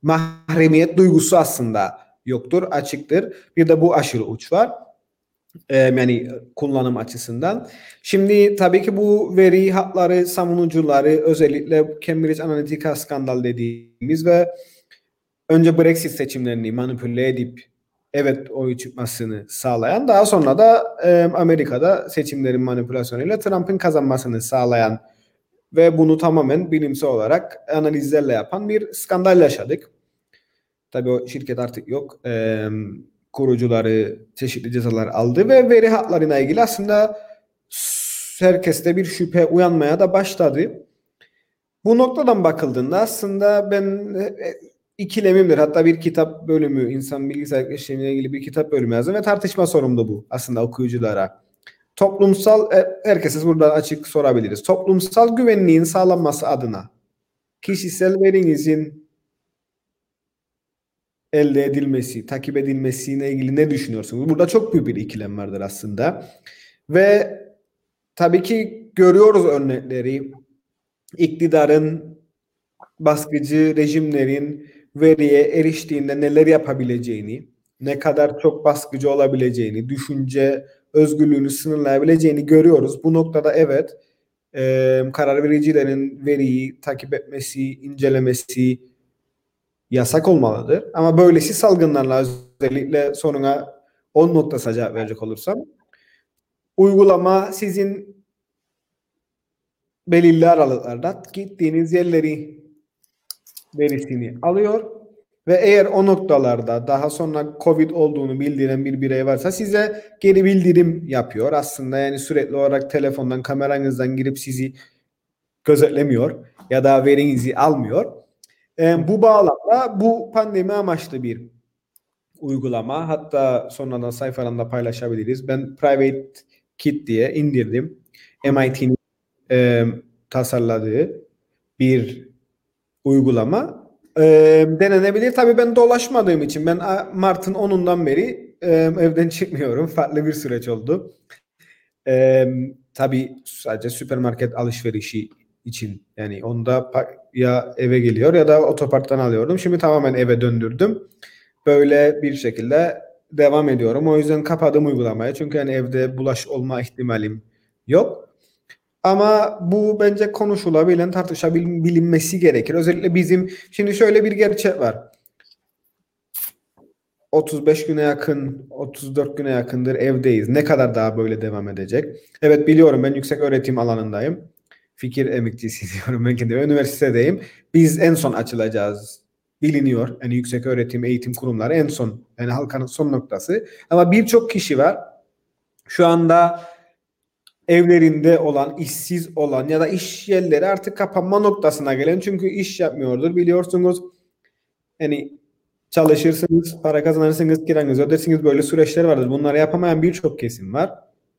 mahremiyet duygusu aslında yoktur, açıktır. Bir de bu aşırı uç var. Yani kullanım açısından. Şimdi tabii ki bu veri hakları savunucuları özellikle Cambridge Analytica skandal dediğimiz ve önce Brexit seçimlerini manipüle edip evet oyu çıkmasını sağlayan, daha sonra da Amerika'da seçimlerin manipülasyonuyla Trump'ın kazanmasını sağlayan ve bunu tamamen bilimsel olarak analizlerle yapan bir skandal yaşadık. Tabii o şirket artık yok. Kurucuları çeşitli cezalar aldı ve veri haklarına ilgili aslında herkeste bir şüphe uyanmaya da başladı. Bu noktadan bakıldığında aslında ben ikilemimdir. Hatta bir kitap bölümü, insan bilgisayar işlemiyle ilgili bir kitap bölümü yazdım ve tartışma sorumlu bu aslında okuyuculara. Toplumsal, herkese buradan açık sorabiliriz. Toplumsal güvenliğin sağlanması adına kişisel verinizin elde edilmesi, takip edilmesiyle ilgili ne düşünüyorsunuz? Burada çok büyük bir ikilem vardır aslında. Ve tabii ki görüyoruz örnekleri. İktidarın, baskıcı rejimlerin veriye eriştiğinde neler yapabileceğini, ne kadar çok baskıcı olabileceğini, düşünce özgürlüğünü sınırlayabileceğini görüyoruz. Bu noktada evet, karar vericilerin veriyi takip etmesi, incelemesi yasak olmalıdır. Ama böylesi salgınlarla, özellikle soruna 10 noktası cevap verecek olursam, uygulama sizin belirli aralıklarda gittiğiniz yerleri verisini alıyor ve eğer o noktalarda daha sonra COVID olduğunu bildiren bir birey varsa size geri bildirim yapıyor. Aslında yani sürekli olarak telefondan, kameranızdan girip sizi gözetlemiyor ya da verinizi almıyor. Bu bağlamda bu pandemi amaçlı bir uygulama. Hatta sonradan sayfalarında paylaşabiliriz. Ben Private Kit diye indirdim. MIT'nin tasarladığı bir uygulama. Denenebilir. Tabii ben dolaşmadığım için ben Mart'ın 10'undan beri evden çıkmıyorum. Farklı bir süreç oldu. Tabii sadece süpermarket alışverişi için, yani onda ya eve geliyor ya da otoparktan alıyordum. Şimdi tamamen eve döndürdüm. Böyle bir şekilde devam ediyorum. O yüzden kapadım uygulamayı. Çünkü yani evde bulaş olma ihtimalim yok. Ama bu bence konuşulabilen, tartışabilinmesi gerekir. Özellikle bizim, şimdi şöyle bir gerçek var. 35 güne yakın, 34 güne yakındır evdeyiz. Ne kadar daha böyle devam edecek? Evet, biliyorum, ben yüksek öğretim alanındayım. Fikir emekçisi diyorum ben kendime. Üniversitedeyim. Biz en son açılacağız. Biliniyor. Yani yüksek öğretim, eğitim kurumları en son. Yani halkanın son noktası. Ama birçok kişi var. Şu anda evlerinde olan, işsiz olan ya da iş yerleri artık kapanma noktasına gelen. Çünkü iş yapmıyordur. Biliyorsunuz, yani çalışırsınız, para kazanırsınız, kiranızı ödersiniz. Böyle süreçler vardır. Bunları yapamayan birçok kesim var.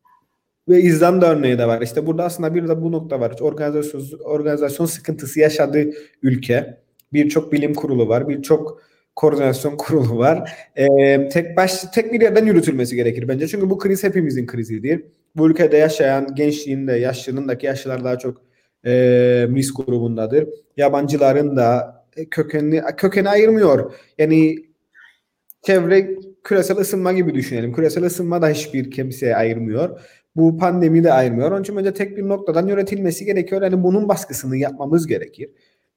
Ve İzlanda örneği de var. İşte burada aslında bir de bu nokta var. Organizasyon sıkıntısı yaşadığı ülke. Birçok bilim kurulu var. Birçok koordinasyon kurulu var. Tek bir yerden yürütülmesi gerekir bence. Çünkü bu kriz hepimizin krizidir. Bu ülkede yaşayan gençliğin de, yaşlılığındaki yaşlılar daha çok risk grubundadır. Yabancıların da kökeni ayırmıyor. Yani çevre, küresel ısınma gibi düşünelim. Küresel ısınma da hiçbir kimseye ayırmıyor. Bu pandemi de ayırmıyor. Onun için bence tek bir noktadan yönetilmesi gerekiyor. Yani bunun baskısını yapmamız gerekir.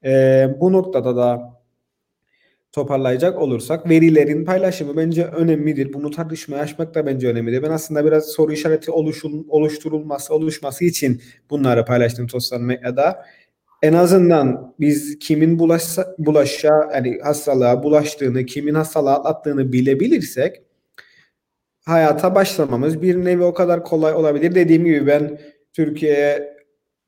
Bu noktada da toparlayacak olursak verilerin paylaşımı bence önemlidir. Bunu tartışmaya açmak da bence önemlidir. Ben aslında biraz soru işareti oluşması için bunları paylaştım sosyal medyada. En azından biz kimin yani hastalığa bulaştığını, kimin hastalığa atlattığını bilebilirsek hayata başlamamız bir nevi o kadar kolay olabilir. Dediğim gibi ben Türkiye'ye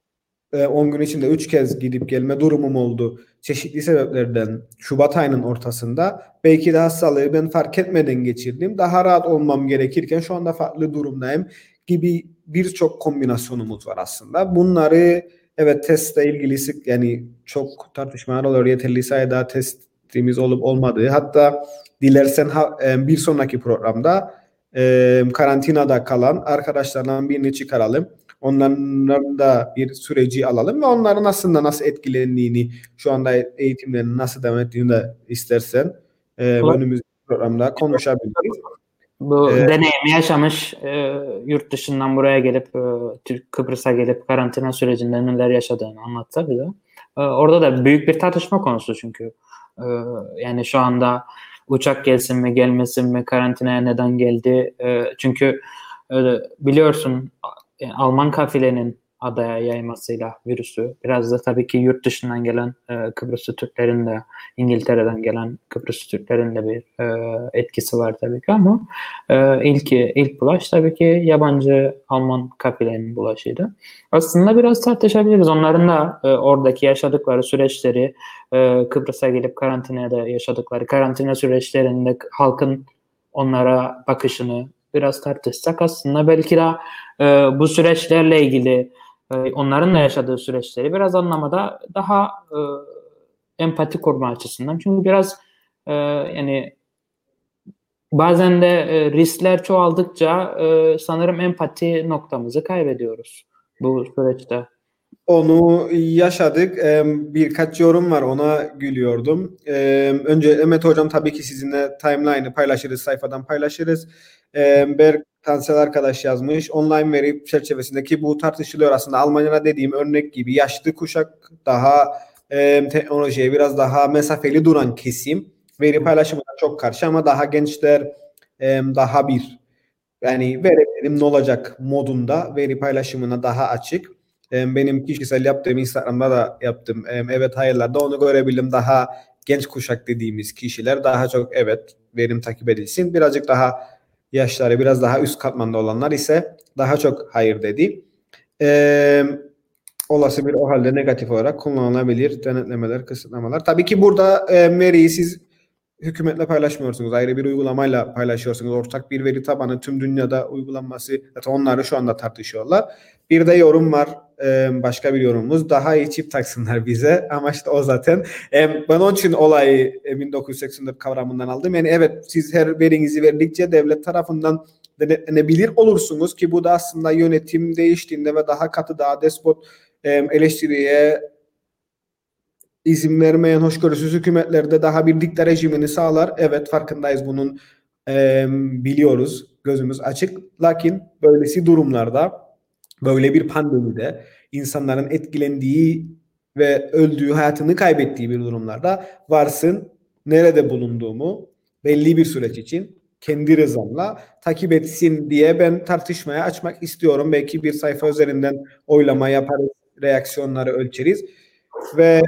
10 gün içinde 3 kez gidip gelme durumum oldu. Çeşitli sebeplerden Şubat ayının ortasında. Belki de hastalığı ben fark etmeden geçirdim. Daha rahat olmam gerekirken şu anda farklı durumdayım gibi birçok kombinasyonumuz var aslında. Bunları evet testle ilgili yani çok tartışmalar oluyor. Yeterli sayıda testimiz olup olmadığı. Hatta dilersen bir sonraki programda karantinada kalan arkadaşlardan birini çıkaralım. Onların da bir süreci alalım ve onların aslında nasıl etkilendiğini, şu anda eğitimlerinin nasıl devam ettiğini de istersen önümüzdeki programda konuşabiliriz. Bu deneyimi yaşamış, yurt dışından buraya gelip Kıbrıs'a gelip karantina sürecinde neler yaşadığını anlatsa bize. Orada da büyük bir tartışma konusu çünkü. Yani şu anda uçak gelsin mi gelmesin mi, karantinaya neden geldi? Çünkü biliyorsun Alman kafilenin adaya yaymasıyla virüsü, biraz da tabii ki yurt dışından gelen Kıbrıslı Türklerin de, İngiltere'den gelen Kıbrıslı Türklerin de bir etkisi var tabii ki, ama ilk bulaş tabii ki yabancı Alman kafilenin bulaşıydı. Aslında biraz tartışabiliriz. Onların da oradaki yaşadıkları süreçleri, Kıbrıs'a gelip karantinada yaşadıkları karantina süreçlerinde halkın onlara bakışını biraz tartışsak aslında belki de bu süreçlerle ilgili onların da yaşadığı süreçleri biraz anlamada daha empati kurma açısından. Çünkü biraz yani bazen de riskler çoğaldıkça sanırım empati noktamızı kaybediyoruz bu süreçte. Onu yaşadık. Birkaç yorum var, ona gülüyordum. Önce Mehmet Hocam tabii ki sizinle timeline'ı paylaşırız, sayfadan paylaşırız. Berk Tansel arkadaş yazmış. Online veri çerçevesindeki bu tartışılıyor aslında. Almanya'da dediğim örnek gibi yaşlı kuşak daha teknolojiye biraz daha mesafeli duran kesim. Veri paylaşımına çok karşı ama daha gençler daha yani verebilirim ne olacak modunda veri paylaşımına daha açık. Benim kişisel yaptığım, Instagram'da da yaptım. Evet hayırlarda onu görebildim. Daha genç kuşak dediğimiz kişiler daha çok evet verim takip edilsin. Birazcık daha yaşları biraz daha üst katmanda olanlar ise daha çok hayır dedi. Olası bir o halde negatif olarak kullanılabilir denetlemeler, kısıtlamalar. Tabii ki burada veriyi siz hükümetle paylaşmıyorsunuz. Ayrı bir uygulamayla paylaşıyorsunuz. Ortak bir veri tabanı tüm dünyada uygulanması. Zaten onları şu anda tartışıyorlar. Bir de yorum var. Başka bir yorumumuz. Daha iyi çip taksınlar bize. Ama işte o zaten. Ben onun için olayı 1984 kavramından aldım. Yani evet siz her verinizi verdikçe devlet tarafından denetlenebilir olursunuz ki bu da aslında yönetim değiştiğinde ve daha katı, daha despot eleştiriye izin vermeyen hoşgörüsüz hükümetlerde daha bir dikta rejimini sağlar. Evet farkındayız bunun, biliyoruz, gözümüz açık. Lakin böylesi durumlarda, böyle bir pandemide insanların etkilendiği ve öldüğü, hayatını kaybettiği bir durumlarda varsın nerede bulunduğumu belli bir süreç için kendi rızamla takip etsin diye ben tartışmaya açmak istiyorum. Belki bir sayfa üzerinden oylama yaparız, reaksiyonları ölçeriz ve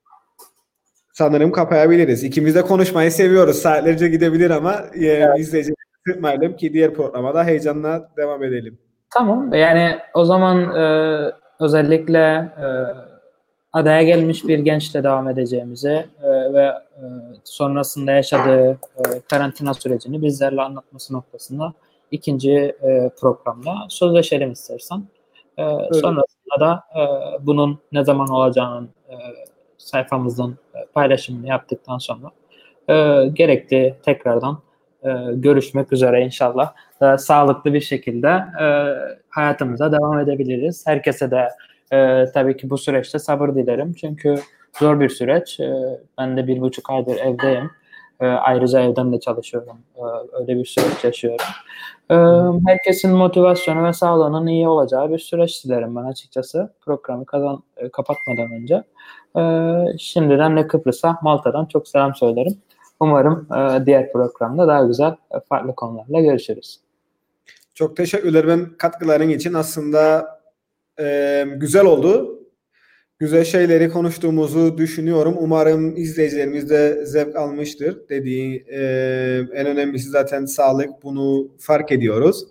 sanırım kapayabiliriz. İkimiz de konuşmayı seviyoruz. Saatlerce gidebilir ama izleyicileri sıkmayalım ki diğer programa da heyecanla devam edelim. Tamam. Yani o zaman özellikle adaya gelmiş bir gençle devam edeceğimize ve sonrasında yaşadığı karantina sürecini bizlerle anlatması noktasında ikinci programda sözleşelim istersen. Sonrasında da bunun ne zaman olacağının sayfamızdan paylaşımını yaptıktan sonra gerekli tekrardan görüşmek üzere inşallah. Sağlıklı bir şekilde hayatımıza devam edebiliriz. Herkese de tabii ki bu süreçte sabır dilerim. Çünkü zor bir süreç. Ben de 1,5 aydır evdeyim. Ayrıca evden de çalışıyorum. Öyle bir süreç yaşıyorum. Herkesin motivasyonu ve sağlığının iyi olacağı bir süreç dilerim ben açıkçası. Programı kapatmadan önce. Şimdiden de Kıbrıs'a, Malta'dan çok selam söylerim. Umarım diğer programda daha güzel, farklı konularla görüşürüz. Çok teşekkürler ben katkıların için. Aslında güzel oldu. Güzel şeyleri konuştuğumuzu düşünüyorum. Umarım izleyicilerimiz de zevk almıştır. Dediği en önemlisi zaten sağlık. Bunu fark ediyoruz.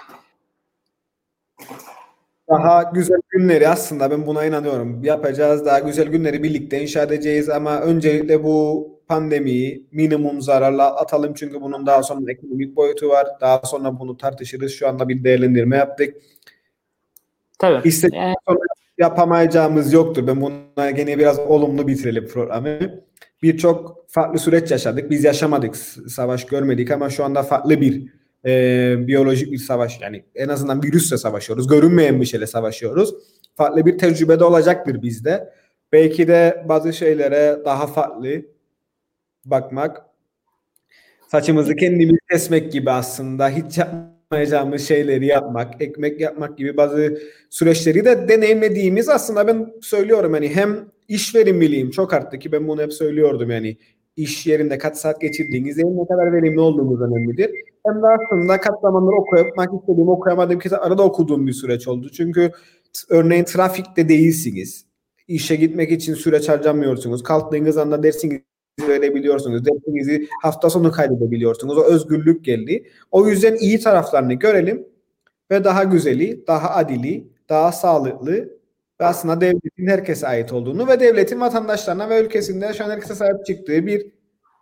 Daha güzel günleri aslında ben buna inanıyorum. Yapacağız, daha güzel günleri birlikte inşa edeceğiz ama öncelikle bu pandemiyi minimum zararla atalım çünkü bunun daha sonra ekonomik boyutu var. Daha sonra bunu tartışırız. Şu anda bir değerlendirme yaptık. Tabii. Yapamayacağımız yoktur. Ben buna gene biraz olumlu bitirelim programı. Birçok farklı süreç yaşadık. Biz yaşamadık, savaş görmedik ama şu anda farklı bir biyolojik bir savaş, yani en azından virüsle savaşıyoruz. Görünmeyen bir şeyle savaşıyoruz. Farklı bir tecrübe de olacaktır bizde. Belki de bazı şeylere daha farklı bakmak, saçımızı kendimiz kesmek gibi, aslında hiç yapmayacağımız şeyleri yapmak, ekmek yapmak gibi bazı süreçleri de deneyimlediğimiz, aslında ben söylüyorum yani, hem iş verimliliğim çok arttı ki ben bunu hep söylüyordum yani, iş yerinde kaç saat geçirdiğinizde ne kadar verimli olduğunuz önemlidir. Hem de aslında kaç zamandır okumak istediğim, okuyamadığım kitapları da okuduğum bir süreç oldu. Çünkü örneğin trafikte değilsiniz. İşe gitmek için süreç harcamıyorsunuz. Kalktığınız anda dersinizi verebiliyorsunuz. Dersinizi hafta sonu kaydedebiliyorsunuz. O özgürlük geldi. O yüzden iyi taraflarını görelim ve daha güzeli, daha adili, daha sağlıklı ve aslında devletin herkese ait olduğunu ve devletin vatandaşlarına ve ülkesinde yaşayan herkese sahip çıktığı bir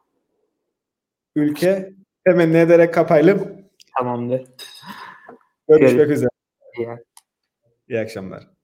ülke temenni ederek kapayalım. Tamamdır. Görüşmek üzere. Görüşürüz. İyi akşamlar.